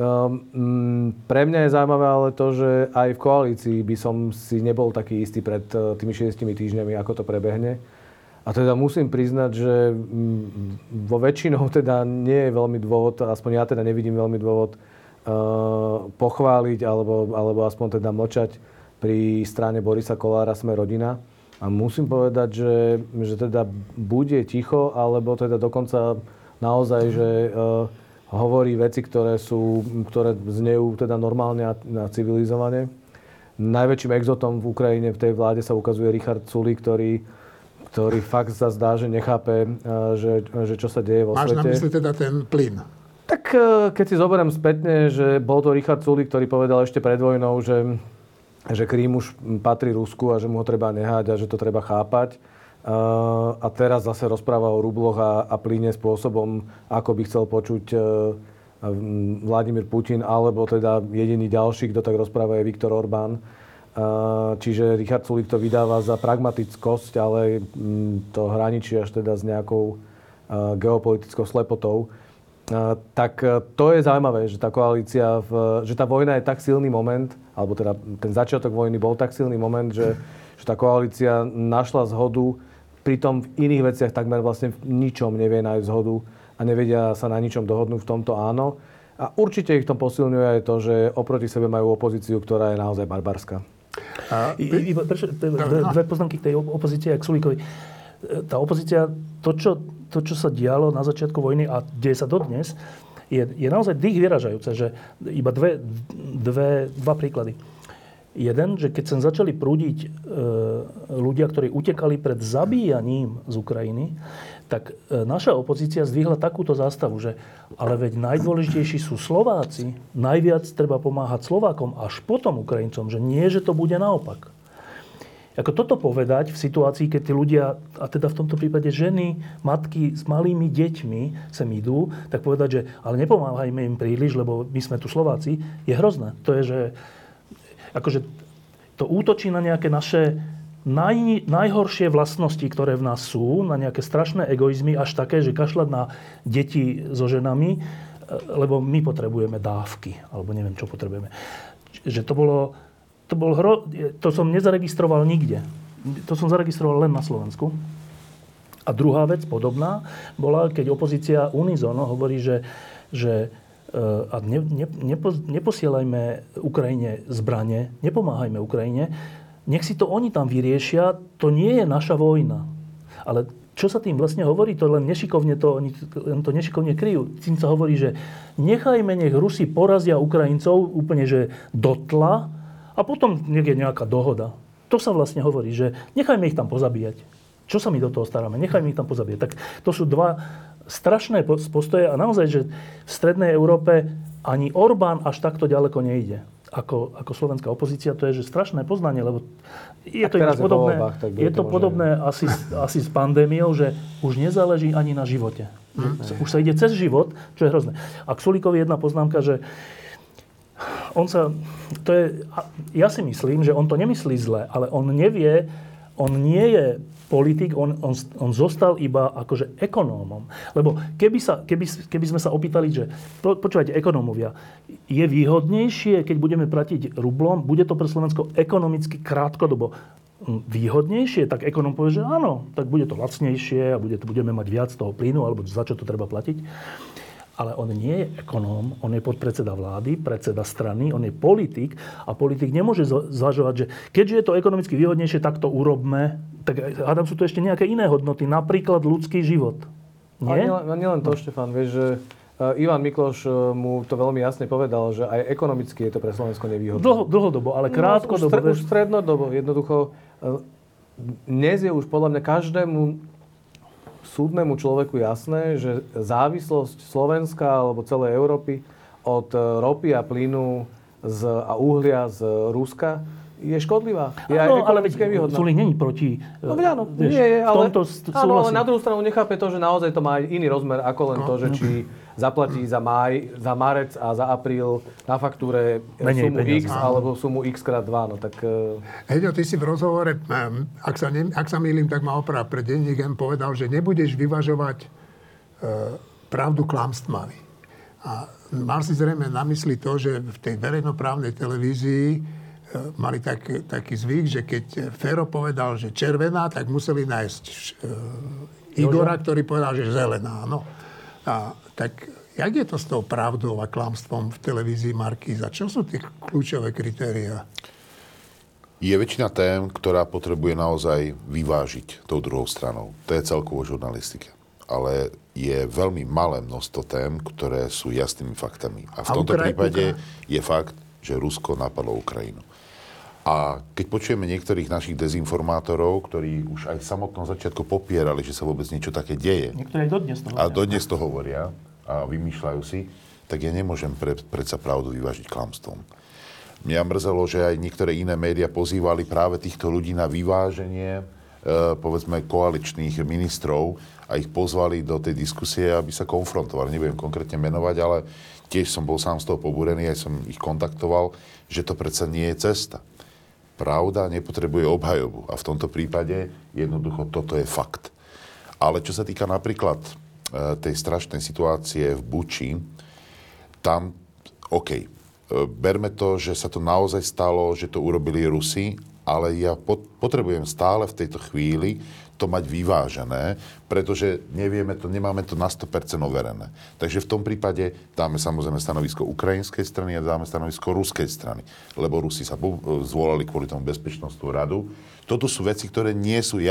pre mňa je zaujímavé ale to, že aj v koalícii by som si nebol taký istý pred tými 6 týždňami, ako to prebehne. A teda musím priznať, že vo väčšinou teda nie je veľmi dôvod, aspoň ja teda nevidím veľmi dôvod pochváliť alebo aspoň teda mlčať pri strane Borisa Kollára Sme rodina. A musím povedať, že teda bude ticho, alebo teda dokonca naozaj, že hovorí veci, ktoré znejú teda normálne a civilizovane. Najväčším exotom v Ukrajine v tej vláde sa ukazuje Richard Sulík, ktorý fakt sa zdá, že nechápe, že čo sa deje vo svete. Máš na mysli teda ten plyn? Tak keď si zoberiem spätne, že bol to Richard Sulík, ktorý povedal ešte pred vojnou, že Krím už patrí Rusku a že mu ho treba nehať a že to treba chápať. A teraz zase rozpráva o rubloch a plyne spôsobom, ako by chcel počuť Vladimír Putin, alebo teda jediný ďalší, kto tak rozpráva, je Viktor Orbán. Čiže Richard Sulík to vydáva za pragmatickosť, ale to hraničí až teda s nejakou geopolitickou slepotou. Tak to je zaujímavé, že tá koalícia, že tá vojna je tak silný moment, alebo teda ten začiatok vojny bol tak silný moment, že tá koalícia našla zhodu, pritom v iných veciach takmer vlastne v ničom nevie nájsť zhodu a nevedia sa na ničom dohodnúť, v tomto áno. A určite ich v tom posilňuje aj to, že oproti sebe majú opozíciu, ktorá je naozaj barbarská. Dve poznámky k tej opozícii a k Sulíkovi. Tá opozícia, to, čo sa dialo na začiatku vojny a deje sa dodnes, je naozaj dých vyražajúce, že iba dva príklady. Jeden, že keď sa začali prúdiť ľudia, ktorí utekali pred zabíjaním z Ukrajiny, tak naša opozícia zdvihla takúto zástavu, že ale veď najdôležitejší sú Slováci, najviac treba pomáhať Slovákom, až potom Ukrajincom, že nie, že to bude naopak. Ako toto povedať v situácii, keď tí ľudia, a teda v tomto prípade ženy, matky s malými deťmi sem idú, tak povedať, že ale nepomáhajme im príliš, lebo my sme tu Slováci, je hrozné. To je, že akože to útočí na nejaké naše najhoršie vlastnosti, ktoré v nás sú, na nejaké strašné egoizmy, až také, že kašľať na deti so ženami, lebo my potrebujeme dávky, alebo neviem, čo potrebujeme. Že to som nezaregistroval nikde. To som zaregistroval len na Slovensku. A druhá vec, podobná, bola, keď opozícia unizono hovorí, že neposielajme Ukrajine zbrane, nepomáhajme Ukrajine, nech si to oni tam vyriešia, to nie je naša vojna. Ale čo sa tým vlastne hovorí, to len nešikovne to nešikovne kryjú. Tým sa hovorí, že nechajme, nech Rusi porazia Ukrajincov úplne, že dotla a potom nech je nejaká dohoda. To sa vlastne hovorí, že nechajme ich tam pozabíjať. Čo sa my do toho staráme? Nechajme ich tam pozabíjať. Tak to sú dva strašné postoje a naozaj, že v strednej Európe ani Orbán až takto ďaleko nejde. Ako slovenská opozícia, to je že strašné poznanie, lebo je to podobné, je to podobné asi s pandémiou, že už nezáleží ani na živote. Už sa ide cez život, čo je hrozné. A k Sulíkovi jedna poznámka, že ja si myslím, že on to nemyslí zle, ale on nevie, on nie je politik, on zostal iba akože ekonómom. Lebo keby sme sa opýtali, že počúvajte, ekonómovia, je výhodnejšie, keď budeme platiť rublom, bude to pre Slovensko ekonomicky krátkodobo výhodnejšie, tak ekonóm povie, že áno, tak bude to lacnejšie a budeme mať viac toho plynu, alebo za čo to treba platiť. Ale on nie je ekonóm, on je podpredseda vlády, predseda strany, on je politik a politik nemôže zvažovať, že keďže je to ekonomicky výhodnejšie, tak to urobme. Tak hádam, sú tu ešte nejaké iné hodnoty, napríklad ľudský život. Nie? A nielen to, Štefan, vieš, že Ivan Mikloš mu to veľmi jasne povedal, že aj ekonomicky je to pre Slovensko nevýhodné. Dlhodobo, ale krátkodobo. Už strednodobo. Jednoducho, dnes je už podľa mňa každému súdnemu človeku jasné, že závislosť Slovenska alebo celej Európy od ropy a plynu a uhlia z Ruska je škodlivá. Je áno, ale Sulík není proti... No áno, nie je, ale na druhú stranu nechápe to, že naozaj to má aj iný rozmer, ako len to, že či zaplatí za marec a za apríl na faktúre sumu X alebo sumu X krát 2. No tak... Heďo, ty si v rozhovore, ak sa mýlim, tak ma oprav pre denník M povedal, že nebudeš vyvažovať pravdu klamstvami. A mal si zrejme na mysli to, že v tej verejnoprávnej televízii mali taký zvyk, že keď Fero povedal, že červená, tak museli nájsť Igora, ktorý povedal, že zelená. No. A tak jak je to s tou pravdou a klamstvom v televízii Markíza? Čo sú tie kľúčové kritériá? Je väčšina tém, ktorá potrebuje naozaj vyvážiť tou druhou stranou. To je celkovo žurnalistika. Ale je veľmi malé množstvo tém, ktoré sú jasnými faktami. A v tomto prípade je fakt, že Rusko napadlo Ukrajinu. A keď počujeme niektorých našich dezinformátorov, ktorí už aj v samotnom začiatku popierali, že sa vôbec niečo také deje. Niektorí aj dodnes to hovoria. A dodnes to hovoria a vymýšľajú si, tak ja nemôžem predsa pravdu vyvážiť klamstvom. Mňa mrzelo, že aj niektoré iné médiá pozývali práve týchto ľudí na vyváženie povedzme, koaličných ministrov a ich pozvali do tej diskusie, aby sa konfrontovali. Nebudem konkrétne menovať, ale tiež som bol sám z toho pobúrený, aj som ich kontaktoval, že to predsa nie je cesta. Pravda nepotrebuje obhajobu a v tomto prípade jednoducho toto je fakt. Ale čo sa týka napríklad tej strašnej situácie v Buči, tam, OK, berme to, že sa to naozaj stalo, že to urobili Rusi, ale ja potrebujem stále v tejto chvíli to mať vyvážené, pretože nemáme to na 100% overené. Takže v tom prípade dáme samozrejme stanovisko ukrajinskej strany a dáme stanovisko ruskej strany, lebo Rusi sa zvolali kvôli tomu bezpečnostnú radu. Toto sú veci, ktoré nie sú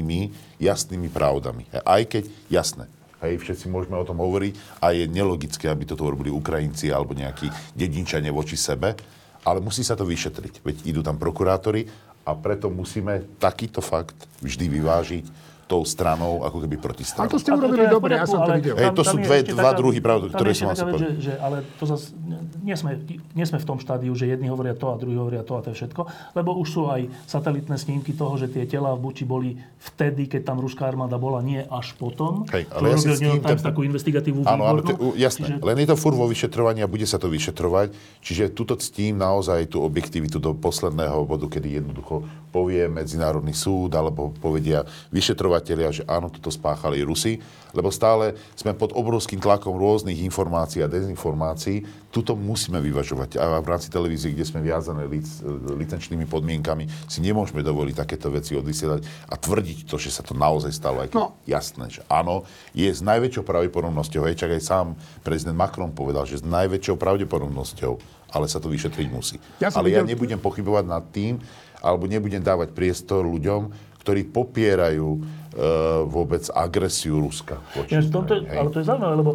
jasnými pravdami. Aj keď, jasné, hej, všetci môžeme o tom hovoriť a je nelogické, aby toto robili Ukrajinci alebo nejakí dedinčania voči sebe, ale musí sa to vyšetriť. Veď idú tam prokurátori a preto musíme takýto fakt vždy vyvážiť tou stranou, ako keby protistranou. Ale to ste urobili dobre, ja som to videl. Hej, to sú dva druhy pravdy, ktoré som vám sa povedal. Ale to zase, nie sme v tom štádiu, že jedni hovoria to a druhí hovoria to a to je všetko, lebo už sú aj satelitné snímky toho, že tie telá v Buči boli vtedy, keď tam ruská armáda bola, nie až potom. Hej, ale ja si s tým... takú investigatívnu áno, výbornú. Jasné, len je to furt vo vyšetrovaní a bude sa to vyšetrovať, čiže tuto ctím naozaj tú objektivitu do posledného bodu, kedy jednoducho povie Medzinárodný súd alebo povedia vyšetrovatelia, že áno, toto spáchali Rusi, lebo stále sme pod obrovským tlakom rôznych informácií a dezinformácií. Tuto musíme vyvažovať. A v rámci televízie, kde sme viazané licenčnými podmienkami, si nemôžeme dovoliť takéto veci odvysielať a tvrdiť to, že sa to naozaj stalo. Aj jasné, že áno, je s najväčšou pravdepodobnosťou. Čak aj sám prezident Macron povedal, že s najväčšou pravdepodobnosťou, ale sa to vyšetriť musí. Ja nebudem pochybovať nad tým, alebo nebudem dávať priestor ľuďom, ktorí popierajú vôbec agresiu Ruska. Ale to je zaujímavé, lebo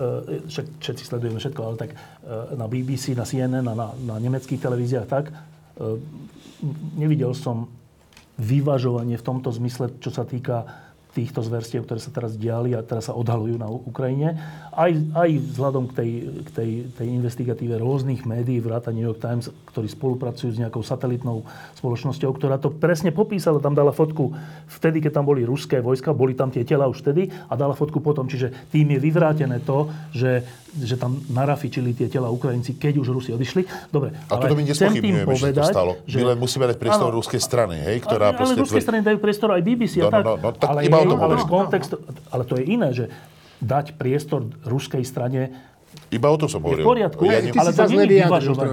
všetci sledujeme všetko, ale tak na BBC, na CNN, na nemeckých televíziách tak, nevidel som vyvažovanie v tomto zmysle, čo sa týka týchto zverstiev, ktoré sa teraz diali a teraz sa odhalujú na Ukrajine. Aj vzhľadom k tej investigatíve rôznych médií, vrátane New York Times, ktorí spolupracujú s nejakou satelitnou spoločnosťou, ktorá to presne popísala. Tam dala fotku vtedy, keď tam boli ruské vojska, boli tam tie tela už vtedy a dala fotku potom. Čiže tým je vyvrátené to, že tam narafičili tie tela Ukrajinci, keď už Rusi odišli. Dobre, a toto my nespochybňujeme, že to stalo. My len musíme dať priestor ruskej strany, hej, ktorá ale ruskej strany dajú priestor aj BBC a tak. Ale to je iné, že dať priestor ruskej strane iba o tom som hovoril. V poriadku, ale to nie je vyvažovanie.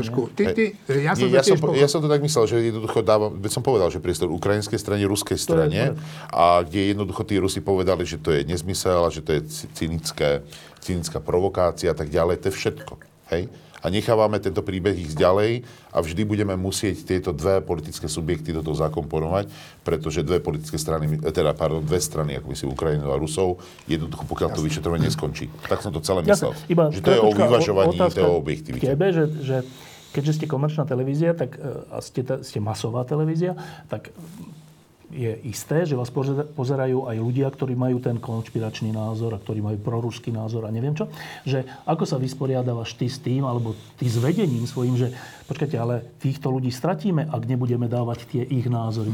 Ja som to tak myslel, že jednoducho veď som povedal, že priestor ukrajinskej strane, ruskej strane a kde jednoducho tí Rusi povedali, že to je nezmysel a že to je cynická provokácia a tak ďalej, to je všetko. Hej? A nechávame tento príbeh ísť ďalej a vždy budeme musieť tieto dve politické subjekty do toho zakomponovať, pretože dve strany, ako si Ukrajinu a Rusov, jednoducho pokiaľ to vyšetrovanie neskončí. Tak som to celé myslel. Že to je o vyvažovaní, to je o objektivite. Že keďže ste komerčná televízia, tak, a ste masová televízia, tak je isté, že vás pozerajú aj ľudia, ktorí majú ten konšpiračný názor a ktorí majú proruský názor a neviem čo. Že ako sa vysporiadávaš ty s tým, alebo ty s vedením svojím, že počkajte, ale týchto ľudí stratíme, ak nebudeme dávať tie ich názory.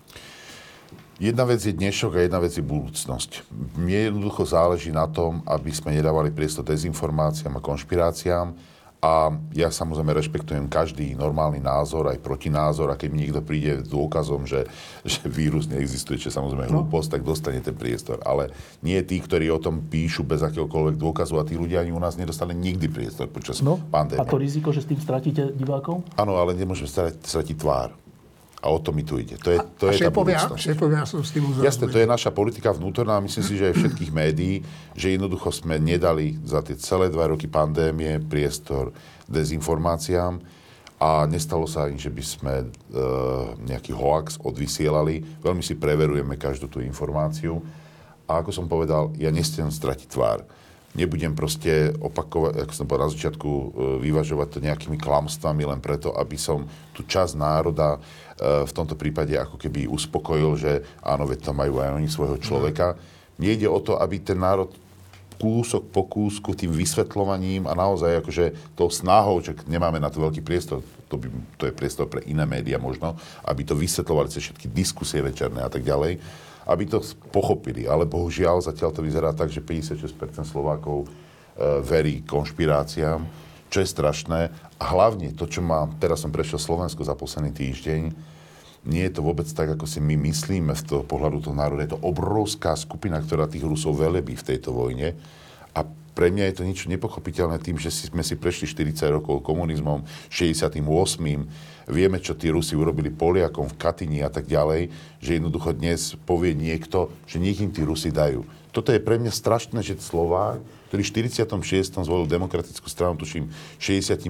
Jedna vec je dnešok a jedna vec je budúcnosť. Mne jednoducho záleží na tom, aby sme nedávali priestor dezinformáciám a konšpiráciám. A ja samozrejme rešpektujem každý normálny názor, aj protinázor. A keď mi niekto príde s dôkazom, že vírus neexistuje, čo samozrejme hlúposť, tak dostane ten priestor. Ale nie tí, ktorí o tom píšu bez akéhokoľvek dôkazu a tí ľudia ani u nás nedostali nikdy priestor počas pandémie. A to riziko, že s tým stratíte divákov? Áno, ale nemôžeme stratiť tvár. A o to mi tu ide. To je tá budúcnosť. Šéfovia sú s tým uzrozumení. Jasné, to je naša politika vnútorná a myslím si, že aj všetkých médií, že jednoducho sme nedali za tie celé 2 roky pandémie priestor dezinformáciám a nestalo sa ani, že by sme nejaký hoax odvysielali. Veľmi si preverujeme každú tú informáciu a ako som povedal, ja nechcem stratiť tvár. Nebudem proste opakovať, ako som povedal na začiatku, vyvažovať to nejakými klamstvami len preto, aby som tú časť národa v tomto prípade ako keby uspokojil, že áno, veď tam majú aj oni svojho človeka. Mne ide o to, aby ten národ kúsok po kúsku tým vysvetľovaním a naozaj akože tou snahou, že nemáme na to veľký priestor, to je priestor pre iné médiá možno, aby to vysvetľovali cez všetky diskusie večerné a tak ďalej, aby to pochopili. Ale bohužiaľ zatiaľ to vyzerá tak, že 56% Slovákov verí konšpiráciám, čo je strašné. A hlavne to, čo teraz som prešiel Slovensko za posledný týždeň, nie je to vôbec tak, ako si my myslíme z toho pohľadu toho národa. Je to obrovská skupina, ktorá tých Rusov velebí v tejto vojne. A pre mňa je to niečo nepochopiteľné tým, že sme si prešli 40 rokov komunizmom, 68. Vieme, čo tí Rusi urobili Poliakom v Katyni a tak ďalej, že jednoducho dnes povie niekto, že nech im tí Rusi dajú. Toto je pre mňa strašné, že Slovák, ktorý v 46. zvolil demokratickú stranu, tuším, 68%,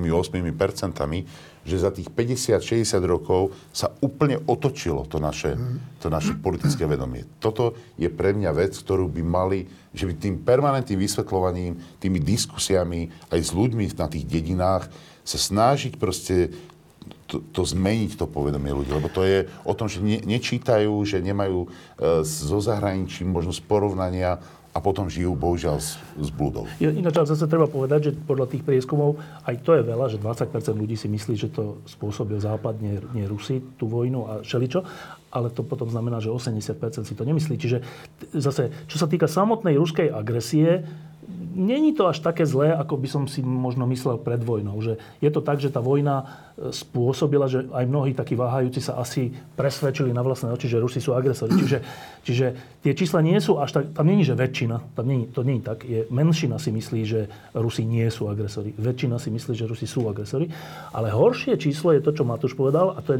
že za tých 50-60 rokov sa úplne otočilo to naše politické vedomie. Toto je pre mňa vec, ktorú by mali, že by tým permanentným vysvetľovaním, tými diskusiami aj s ľuďmi na tých dedinách sa snažiť proste to zmeniť, to povedomie ľudí. Lebo to je o tom, že nečítajú, že nemajú zo zahraničím možnosť porovnania a potom žijú, bohužiaľ, s blúdou. Ináč zase treba povedať, že podľa tých prieskumov aj to je veľa, že 20% ľudí si myslí, že to spôsobil Západ, nie Rusi, tú vojnu a šeličo, ale to potom znamená, že 80% si to nemyslí. Čiže zase, čo sa týka samotnej ruskej agresie, není to až také zlé, ako by som si možno myslel pred vojnou. Že je to tak, že tá vojna spôsobila, že aj mnohí takí váhajúci sa asi presvedčili na vlastné oči, že Rusi sú agresori. Čiže tie čísla nie sú až tak... Tam není, že väčšina. To není tak. Menšina si myslí, že Rusi nie sú agresori. Väčšina si myslí, že Rusi sú agresori. Ale horšie číslo je to, čo Matúš povedal, a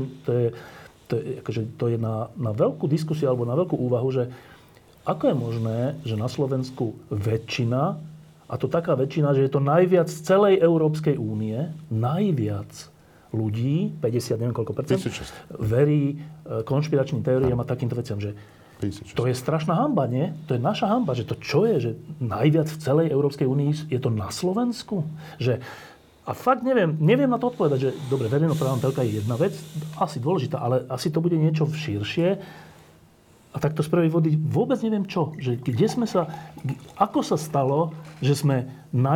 to je na veľkú diskusiu alebo na veľkú úvahu, že ako je možné, že na Slovensku väčšina, a to taká väčšina, že je to najviac z celej Európskej únie, najviac ľudí, 50, neviem koľko percent, verí konšpiračným teóriám a takýmto veciam, že 56. To je strašná hanba, nie? To je naša hanba, že to čo je, že najviac v celej Európskej únii je to na Slovensku? A fakt neviem na to odpovedať, že dobre, verejnoprávna telka je jedna vec, asi dôležitá, ale asi to bude niečo širšie. A takto z prvej vody vôbec neviem čo. Že ako sa stalo, že sme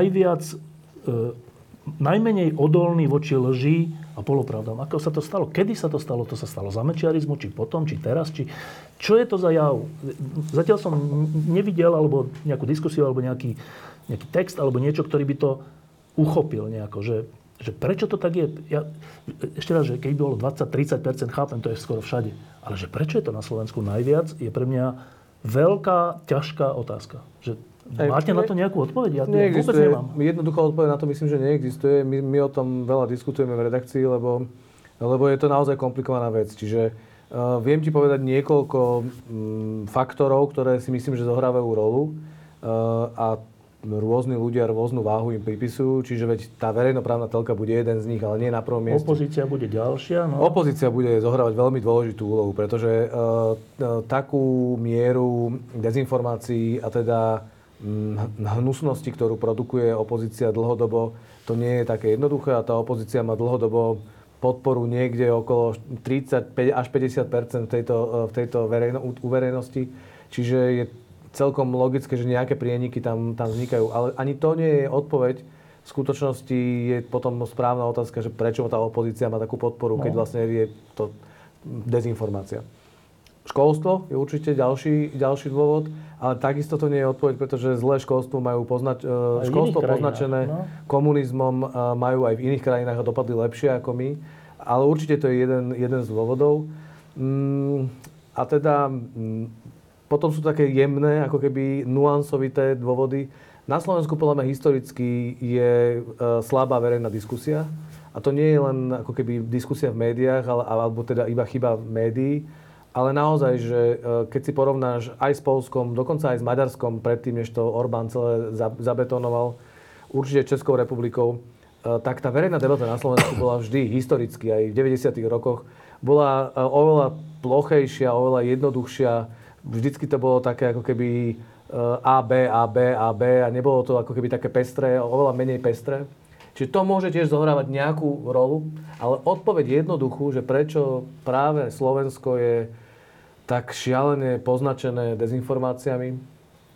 najmenej odolní voči lži a polopravdám. Ako sa to stalo? Kedy sa to stalo? To sa stalo za mečiarizmu, či potom, či teraz, či... Čo je to za jav? Zatiaľ som nevidel, alebo nejakú diskusiu, alebo nejaký text, alebo niečo, ktorý by to uchopil nejako, že prečo to tak je? Ešte raz, že keď bolo 20-30%, chápem, to je skoro všade. Ale že prečo je to na Slovensku najviac, je pre mňa veľká, ťažká otázka. Že máte na to nejakú odpoveď? Ja vôbec nemám. Jednoduchá odpoveď na to myslím, že neexistuje. My o tom veľa diskutujeme v redakcii, lebo je to naozaj komplikovaná vec. Čiže viem ti povedať niekoľko faktorov, ktoré si myslím, že zohrávajú rolu. A rôzni ľudia rôznu váhu im pripisujú, čiže veď tá verejnoprávna telka bude jeden z nich, ale nie na prvom mieste. Opozícia bude ďalšia. No. Opozícia bude zohrávať veľmi dôležitú úlohu, pretože takú mieru dezinformácií a teda hnusnosti, ktorú produkuje opozícia dlhodobo, to nie je také jednoduché a tá opozícia má dlhodobo podporu niekde okolo 35 až 50% v tejto verejnosti. Čiže je celkom logické, že nejaké prieniky tam vznikajú. Ale ani to nie je odpoveď. V skutočnosti je potom správna otázka, že prečo tá opozícia má takú podporu, keď vlastne je to dezinformácia. Školstvo je určite ďalší dôvod, ale takisto to nie je odpoveď, pretože zlé školstvo poznačené komunizmom majú aj v iných krajinách a dopadli lepšie ako my. Ale určite to je jeden z dôvodov. A teda... Potom sú také jemné, ako keby nuansovité dôvody. Na Slovensku podľa mňa historicky je slabá verejná diskusia. A to nie je len ako keby diskusia v médiách, alebo teda iba chyba médií. Ale naozaj, že keď si porovnáš aj s Poľskom, dokonca aj s Maďarskom, predtým, než to Orbán celé zabetonoval, určite Českou republikou, tak tá verejná debata na Slovensku bola vždy historicky, aj v 90. rokoch, bola oveľa plochejšia, oveľa jednoduchšia. Vždycky to bolo také ako keby AB a nebolo to ako keby také pestré, oveľa menej pestré. Čiže to môže tiež zohrávať nejakú rolu, ale odpoveď jednoduchú, že prečo práve Slovensko je tak šialene poznačené dezinformáciami,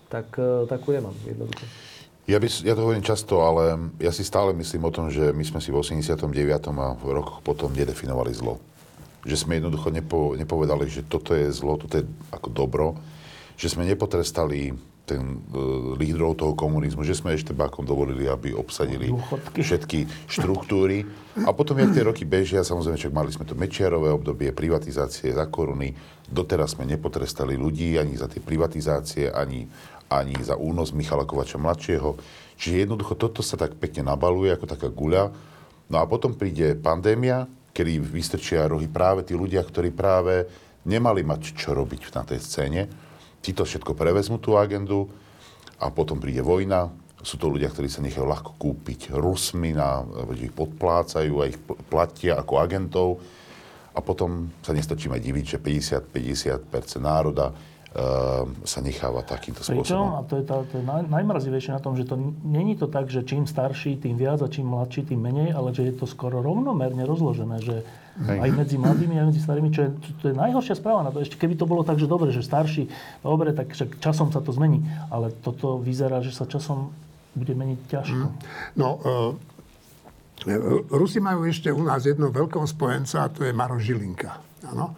takú nemám jednoducho. Ja to hovorím často, ale ja si stále myslím o tom, že my sme si v 89. a v rokoch potom nedefinovali zlo. Že sme jednoducho nepovedali, že toto je zlo, toto je ako dobro. Že sme nepotrestali lídrov toho komunizmu, že sme ešte bákom dovolili, aby obsadili všetky štruktúry. A potom, jak tie roky bežia, samozrejme, však mali sme to Mečiarové obdobie, privatizácie za koruny. Doteraz sme nepotrestali ľudí ani za tie privatizácie, ani za únos Michala Kovača mladšieho. Čiže jednoducho toto sa tak pekne nabaluje ako taká guľa. No a potom príde pandémia, kedy vystrčia rohy práve tí ľudia, ktorí práve nemali mať čo robiť na tej scéne. Tí to všetko prevezmú tú agendu a potom príde vojna. Sú to ľudia, ktorí sa nechajú ľahko kúpiť Rusmi, ich podplácajú a ich platia ako agentov. A potom sa nestačíme diviť, že 50% národa sa necháva takýmto spôsobom. A to je najmrazivejšie na tom, že to není to tak, že čím starší, tým viac a čím mladší, tým menej, ale že je to skoro rovnomerne rozložené, že aj medzi mladými, aj medzi starými, to je najhoršia správa na to. Ešte keby to bolo tak, že dobre, že starší, dobre, tak časom sa to zmení. Ale toto vyzerá, že sa časom bude meniť ťažko. Rusi majú ešte u nás jedno veľkého spojenca, a to je Maroš Žilinka. Áno.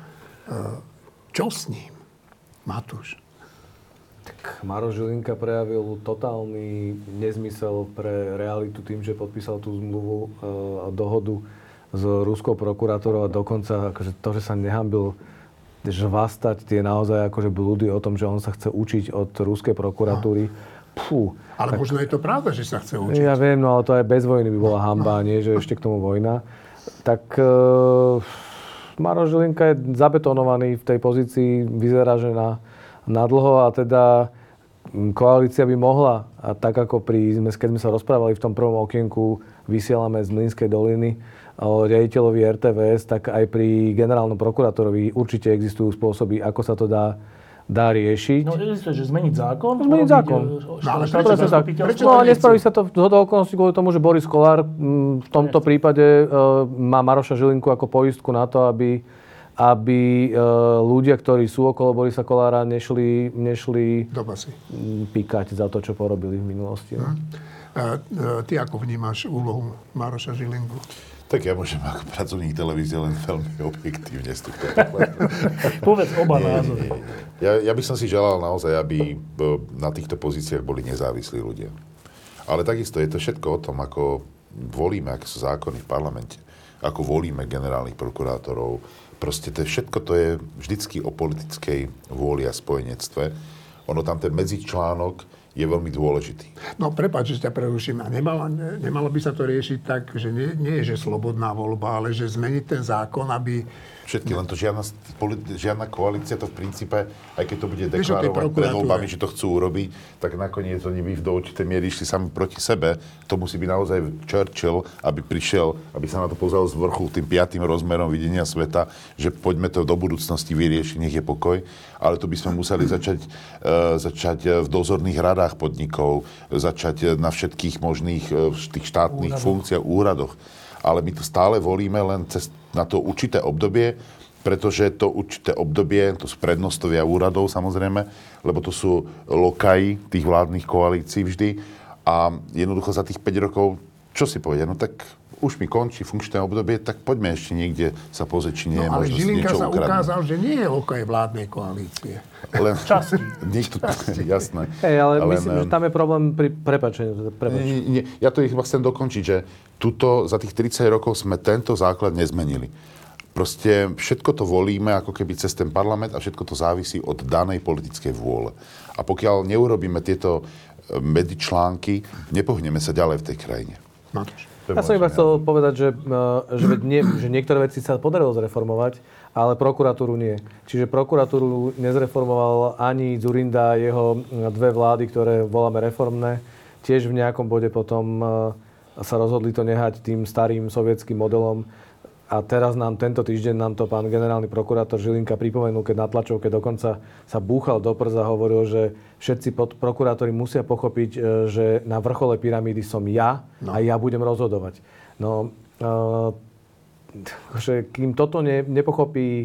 Čo s ním? Matúš. Tak Maroš Žilinka prejavil totálny nezmysel pre realitu tým, že podpísal tú zmluvu a dohodu s ruskou prokurátorou a dokonca akože to, že sa nehambil žvastať tie naozaj akože blúdy o tom, že on sa chce učiť od ruskej prokuratúry. Ale tak, možno je to pravda, že sa chce učiť. Ja viem, no ale to aj bez vojny by bola hanba, nie, že ešte k tomu vojna. Tak Maroš Žilinka je zabetonovaný v tej pozícii, vyzerá, že na dlho a teda koalícia by mohla, a tak ako keď sme sa rozprávali v tom prvom okienku, vysielame z Mlynskej doliny o riaditeľovi RTVS, tak aj pri generálnom prokurátorovi určite existujú spôsoby, ako sa to dá riešiť. No existuje, že zmeniť zákon? Zmeniť zákon. No a nespraví sa to do okolností kvôli tomu, že Boris Kollár v tomto prípade má Maroša Žilinku ako poistku na to, aby ľudia, ktorí sú okolo Borisa Kollára, nešli pikať za to, čo porobili v minulosti. No. Ty ako vnímaš úlohu Maroša Žilinku? Tak ja môžem ako pracovník televízie len veľmi objektívne z tohto Povedz oba názory. Ja by som si želal naozaj, aby na týchto pozíciách boli nezávislí ľudia. Ale takisto je to všetko o tom, ako volíme, aké sú zákony v parlamente, ako volíme generálnych prokurátorov. Proste všetko to je vždycky o politickej vôli a spojenectve. Ono tam ten medzičlánok je veľmi dôležitý. No prepáč, že ťa preruším. A nemalo by sa to riešiť tak, že nie je, že slobodná voľba, ale že zmeniť ten zákon, aby... Všetky, len to žiadna koalícia to v princípe, aj keď to bude deklarovať pred voľbami, že to chcú urobiť, tak nakoniec oni by do určitej miery išli sami proti sebe. To musí byť naozaj Churchill, aby prišiel, aby sa na to pozrel z vrchu tým 5. rozmerom videnia sveta, že poďme to do budúcnosti vyriešiť, nech je pokoj. Ale to by sme museli začať v dozorných radách podnikov, začať na všetkých možných tých štátnych funkciách, úradoch. Ale my to stále volíme len na to určité obdobie, pretože to určité obdobie, to sú prednostovia úradov samozrejme, lebo to sú lokaji tých vládnych koalícií vždy a jednoducho za tých 5 rokov, čo si povedia, no tak už mi končí funkčné obdobie, tak poďme ešte niekde sa pozrieť, či nie je možnosť niečo ukradnúť. Ale Žilinka sa ukázal, že nie je lokaj vládnej koalície. Len niekto, jasné. Ale myslím, že tam je problém pri prepáčení. Ja to ich chcem dokončiť, že tuto za tých 30 rokov sme tento základ nezmenili. Proste všetko to volíme ako keby cez ten parlament a všetko to závisí od danej politickej vôle. A pokiaľ neurobíme tieto medzičlánky, nepohneme sa ďalej v tej krajine. Ja som iba chcel povedať, že niektoré veci sa podarilo zreformovať, ale prokuratúru nie. Čiže prokuratúru nezreformoval ani Dzurinda a jeho 2 vlády, ktoré voláme reformné. Tiež v nejakom bode potom sa rozhodli to nehať tým starým sovietským modelom. A teraz tento týždeň nám to pán generálny prokurátor Žilinka pripomenul, keď na tlačovke dokonca sa búchal do prs a hovoril, že všetci prokurátori musia pochopiť, že na vrchole pyramídy som ja a ja budem rozhodovať. No, že kým toto nepochopí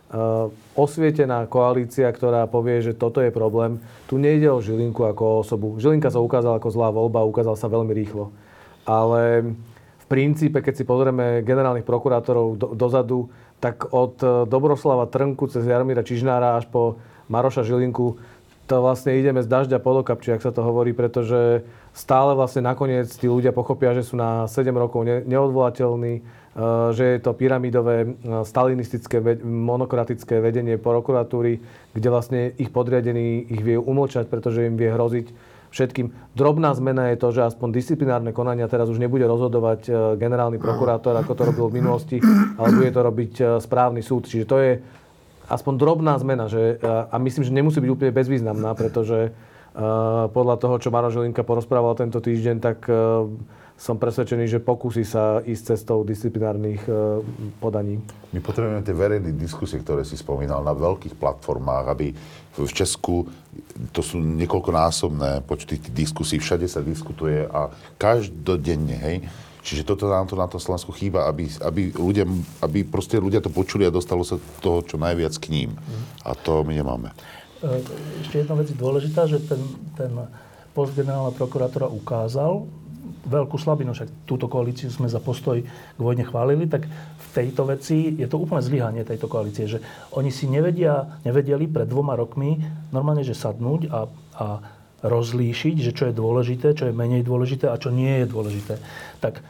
osvietená koalícia, ktorá povie, že toto je problém. Tu nejde o Žilinku ako osobu. Žilinka sa ukázala ako zlá voľba, ukázal sa veľmi rýchlo. Ale v princípe, keď si pozrieme generálnych prokurátorov dozadu, tak od Dobroslava Trnku cez Jaromíra Čižnára až po Maroša Žilinku to vlastne ideme z dažďa pod okapči, ak sa to hovorí, pretože stále vlastne nakoniec tí ľudia pochopia, že sú na 7 rokov neodvolateľní, že je to pyramidové, stalinistické, monokratické vedenie prokuratúry, kde vlastne ich podriadení ich vie umlčať, pretože im vie hroziť všetkým. Drobná zmena je to, že aspoň disciplinárne konania teraz už nebude rozhodovať generálny prokurátor, ako to robil v minulosti, ale bude to robiť správny súd. Čiže to je aspoň drobná zmena, a myslím, že nemusí byť úplne bezvýznamná, pretože podľa toho, čo Maroš Žilinka porozprával tento týždeň, tak som presvedčený, že pokúsi sa ísť cestou disciplinárnych podaní. My potrebujeme tie verejné diskusie, ktoré si spomínal, na veľkých platformách, aby v Česku, to sú niekoľkonásobné počty diskusí, všade sa diskutuje a každodenne, hej. Čiže toto nám to na tom Slovensku chýba, aby proste ľudia to počuli a dostalo sa toho čo najviac k ním. A to my nemáme. Ešte jedna vec je dôležitá, že ten post generálna prokurátora ukázal veľkú slabinu, však túto koalíciu sme za postoj k vojne chválili, tak v tejto veci je to úplne zlyhanie tejto koalície, že oni si nevedeli pred 2 rokmi normálne, že sadnúť a rozlíšiť, že čo je dôležité, čo je menej dôležité a čo nie je dôležité. Tak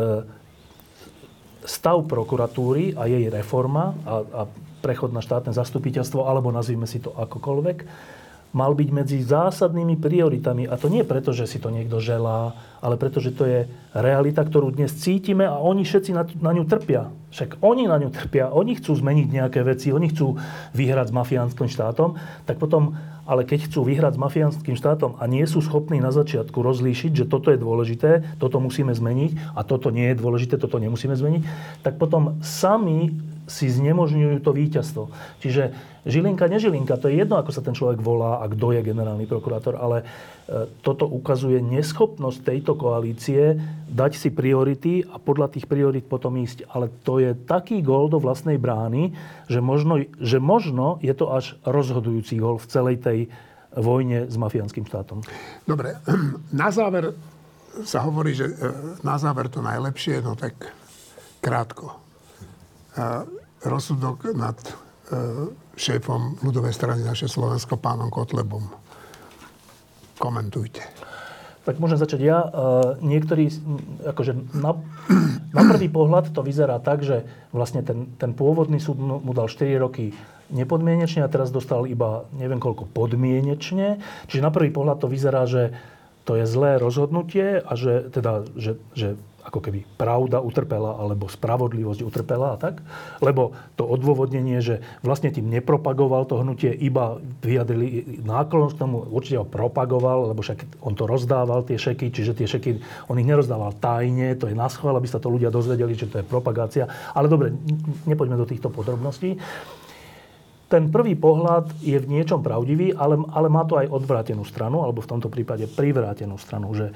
stav prokuratúry a jej reforma a prechod na štátne zastupiteľstvo, alebo nazvime si to akokoľvek, mal byť medzi zásadnými prioritami. A to nie preto, že si to niekto želá, ale preto, že to je realita, ktorú dnes cítime a oni všetci na ňu trpia. Však oni na ňu trpia, oni chcú zmeniť nejaké veci, oni chcú vyhrať s mafiánskym štátom, tak potom, ale keď chcú vyhrať s mafiánskym štátom a nie sú schopní na začiatku rozlíšiť, že toto je dôležité, toto musíme zmeniť a toto nie je dôležité, toto nemusíme zmeniť, tak potom sami si znemožňujú to víťazstvo. Čiže Žilinka, nežilinka, to je jedno, ako sa ten človek volá a kto je generálny prokurátor, ale toto ukazuje neschopnosť tejto koalície dať si priority a podľa tých priorit potom ísť. Ale to je taký gól do vlastnej brány, že možno je to až rozhodujúci gól v celej tej vojne s mafiánskym štátom. Dobre, na záver sa hovorí, že na záver to najlepšie, no tak krátko. Rozsudok nad šéfom ľudovej strany Naše Slovensko, pánom Kotlebom. Komentujte. Tak môžem začať ja. Niektorí, akože na prvý pohľad to vyzerá tak, že vlastne ten pôvodný súd mu dal 4 roky nepodmienečne a teraz dostal iba neviem koľko podmienečne. Čiže na prvý pohľad to vyzerá, že to je zlé rozhodnutie a že ako keby pravda utrpela, alebo spravodlivosť utrpela a tak. Lebo to odôvodnenie, že vlastne tým nepropagoval to hnutie, iba vyjadrili náklonnosť k tomu, určite ho propagoval, lebo však on to rozdával, tie šeky, čiže tie šeky, on ich nerozdával tajne, to je naschvál, aby sa to ľudia dozvedeli, že to je propagácia. Ale dobre, nepoďme do týchto podrobností. Ten prvý pohľad je v niečom pravdivý, ale má to aj odvrátenú stranu, alebo v tomto prípade privrátenú stranu, že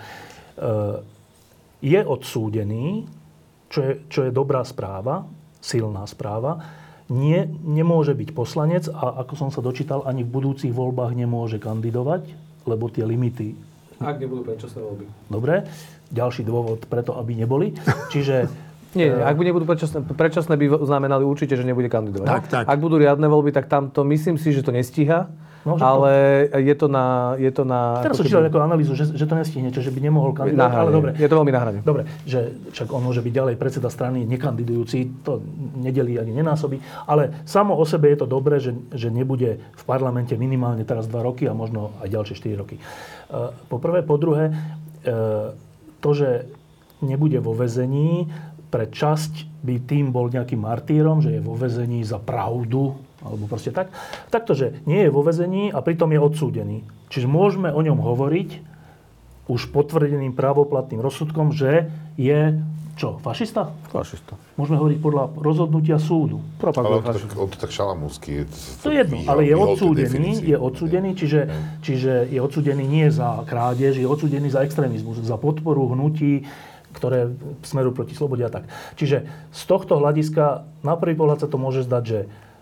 je odsúdený, čo je dobrá správa, silná správa, nemôže byť poslanec a ako som sa dočítal, ani v budúcich voľbách nemôže kandidovať, lebo tie limity... Ak nebudú predčasné voľby. Dobre, ďalší dôvod preto, aby neboli. Čiže... Nie, ak nebudú predčasné by znamenali určite, že nebude kandidovať. Tak. Ak budú riadne voľby, tak tam to myslím si, že to nestíha. No, ale je to na teraz som čítal nejakú analýzu, že to nestihne, čiže by nemohol kandidovať. Ale dobre. Je to veľmi na hrane. Dobre, že však on môže byť ďalej predseda strany nekandidujúci, to nedelí ani nenásobí, ale samo o sebe je to dobré, že nebude v parlamente minimálne teraz 2 roky a možno aj ďalšie 4 roky. Po prvé, po druhé, to, že nebude vo väzení, pre časť by tým bol nejakým martýrom, že je vo väzení za pravdu, alebo proste tak. Takto, že nie je vo väzení a pritom je odsúdený. Čiže môžeme o ňom hovoriť už potvrdeným právoplatným rozsudkom, že je, čo, fašista? Fašista. Môžeme hovoriť podľa rozhodnutia súdu. Ale on to tak šalamúnsky. To je jedno, ale je odsúdený, čiže je odsúdený nie za krádež, je odsúdený za extrémizmus, za podporu hnutí, ktoré smerujú proti slobode a tak. Čiže z tohto hľadiska na prvý pohľad sa to môže zdať, že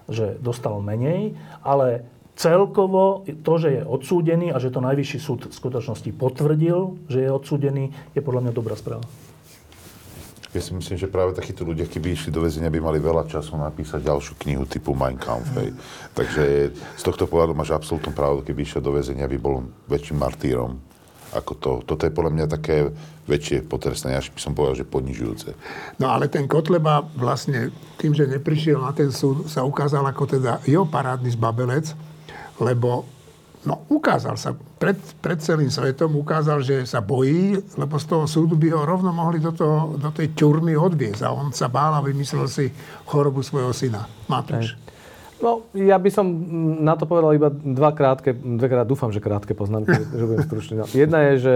že dostal menej, ale celkovo to, že je odsúdený a že to najvyšší súd v skutočnosti potvrdil, že je odsúdený, je podľa mňa dobrá správa. Ja si myslím, že práve takíto ľudia, keby išli do väzenia, by mali veľa času napísať ďalšiu knihu typu Mein Kampf. Hej. Takže z tohto pohľadu máš absolútnu pravdu, keby išiel do väzenia, by bol väčším martýrom. Ako to. Toto je podľa mňa také väčšie potrestanie, až by som povedal, že ponižujúce. No ale ten Kotleba vlastne tým, že neprišiel na ten súd, sa ukázal ako teda jeho parádny zbabelec, lebo ukázal sa pred celým svetom, ukázal, že sa bojí, lebo z toho súdu by ho rovno mohli do tej ťurmy odviezť. A on sa bál a vymyslel si chorobu svojho syna. Matúš. No, ja by som na to povedal iba dvekrát, dúfam, že krátke poznámky, že budem stručný. No, jedna je, že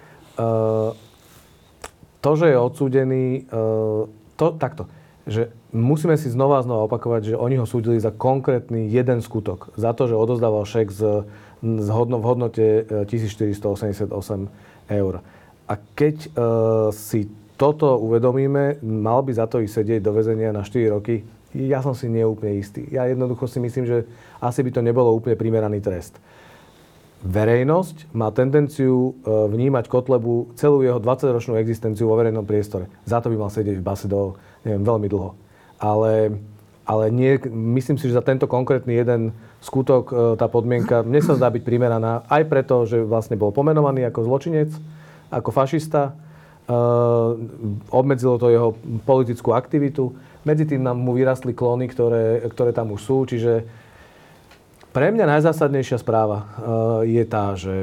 to, že je odsúdený, takto, že musíme si znova opakovať, že oni ho súdili za konkrétny jeden skutok. Za to, že odozdával šek v hodnote 1488 eur. A keď si toto uvedomíme, mal by za to ísť sedieť do väzenia na 4 roky. Ja som si neúplne istý. Ja jednoducho si myslím, že asi by to nebolo úplne primeraný trest. Verejnosť má tendenciu vnímať Kotlebu celú jeho 20-ročnú existenciu vo verejnom priestore. Za to by mal sedieť v base veľmi dlho. Ale nie, myslím si, že za tento konkrétny jeden skutok tá podmienka mne sa zdá byť primeraná aj preto, že vlastne bol pomenovaný ako zločinec, ako fašista, obmedzilo to jeho politickú aktivitu. Medzi tým nám mu vyrastli klony, ktoré tam už sú, čiže pre mňa najzásadnejšia správa je tá, že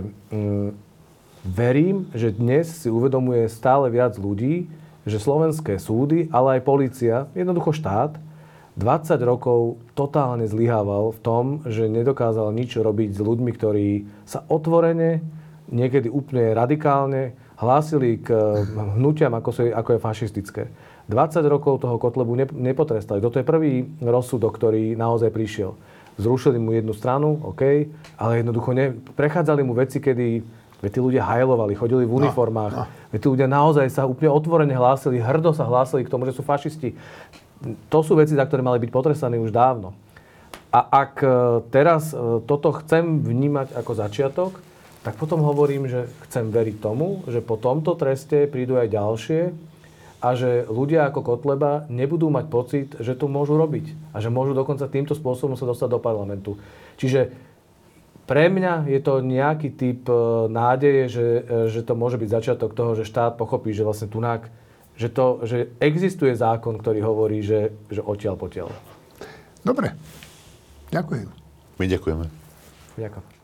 verím, že dnes si uvedomuje stále viac ľudí, že slovenské súdy, ale aj polícia, jednoducho štát, 20 rokov totálne zlyhával v tom, že nedokázal nič robiť s ľuďmi, ktorí sa otvorene, niekedy úplne radikálne hlásili k hnutiam, ako je fašistické. 20 rokov toho Kotlebu nepotrestali. Toto je prvý rozsudok, ktorý naozaj prišiel. Zrušili mu jednu stranu, OK, ale jednoducho prechádzali mu veci, kedy tí ľudia hajlovali, chodili v uniformách. Tí ľudia naozaj sa úplne otvorene hlásili, hrdo sa hlásili k tomu, že sú fašisti. To sú veci, za ktoré mali byť potrestaní už dávno. A ak teraz toto chcem vnímať ako začiatok, tak potom hovorím, že chcem veriť tomu, že po tomto treste prídu aj ďalšie a že ľudia ako Kotleba nebudú mať pocit, že to môžu robiť. A že môžu dokonca týmto spôsobom sa dostať do parlamentu. Čiže pre mňa je to nejaký typ nádeje, že to môže byť začiatok toho, že štát pochopí, že vlastne že existuje zákon, ktorý hovorí, že odtiaľ potiaľ. Dobre. Ďakujem. My ďakujeme. Ďakujem.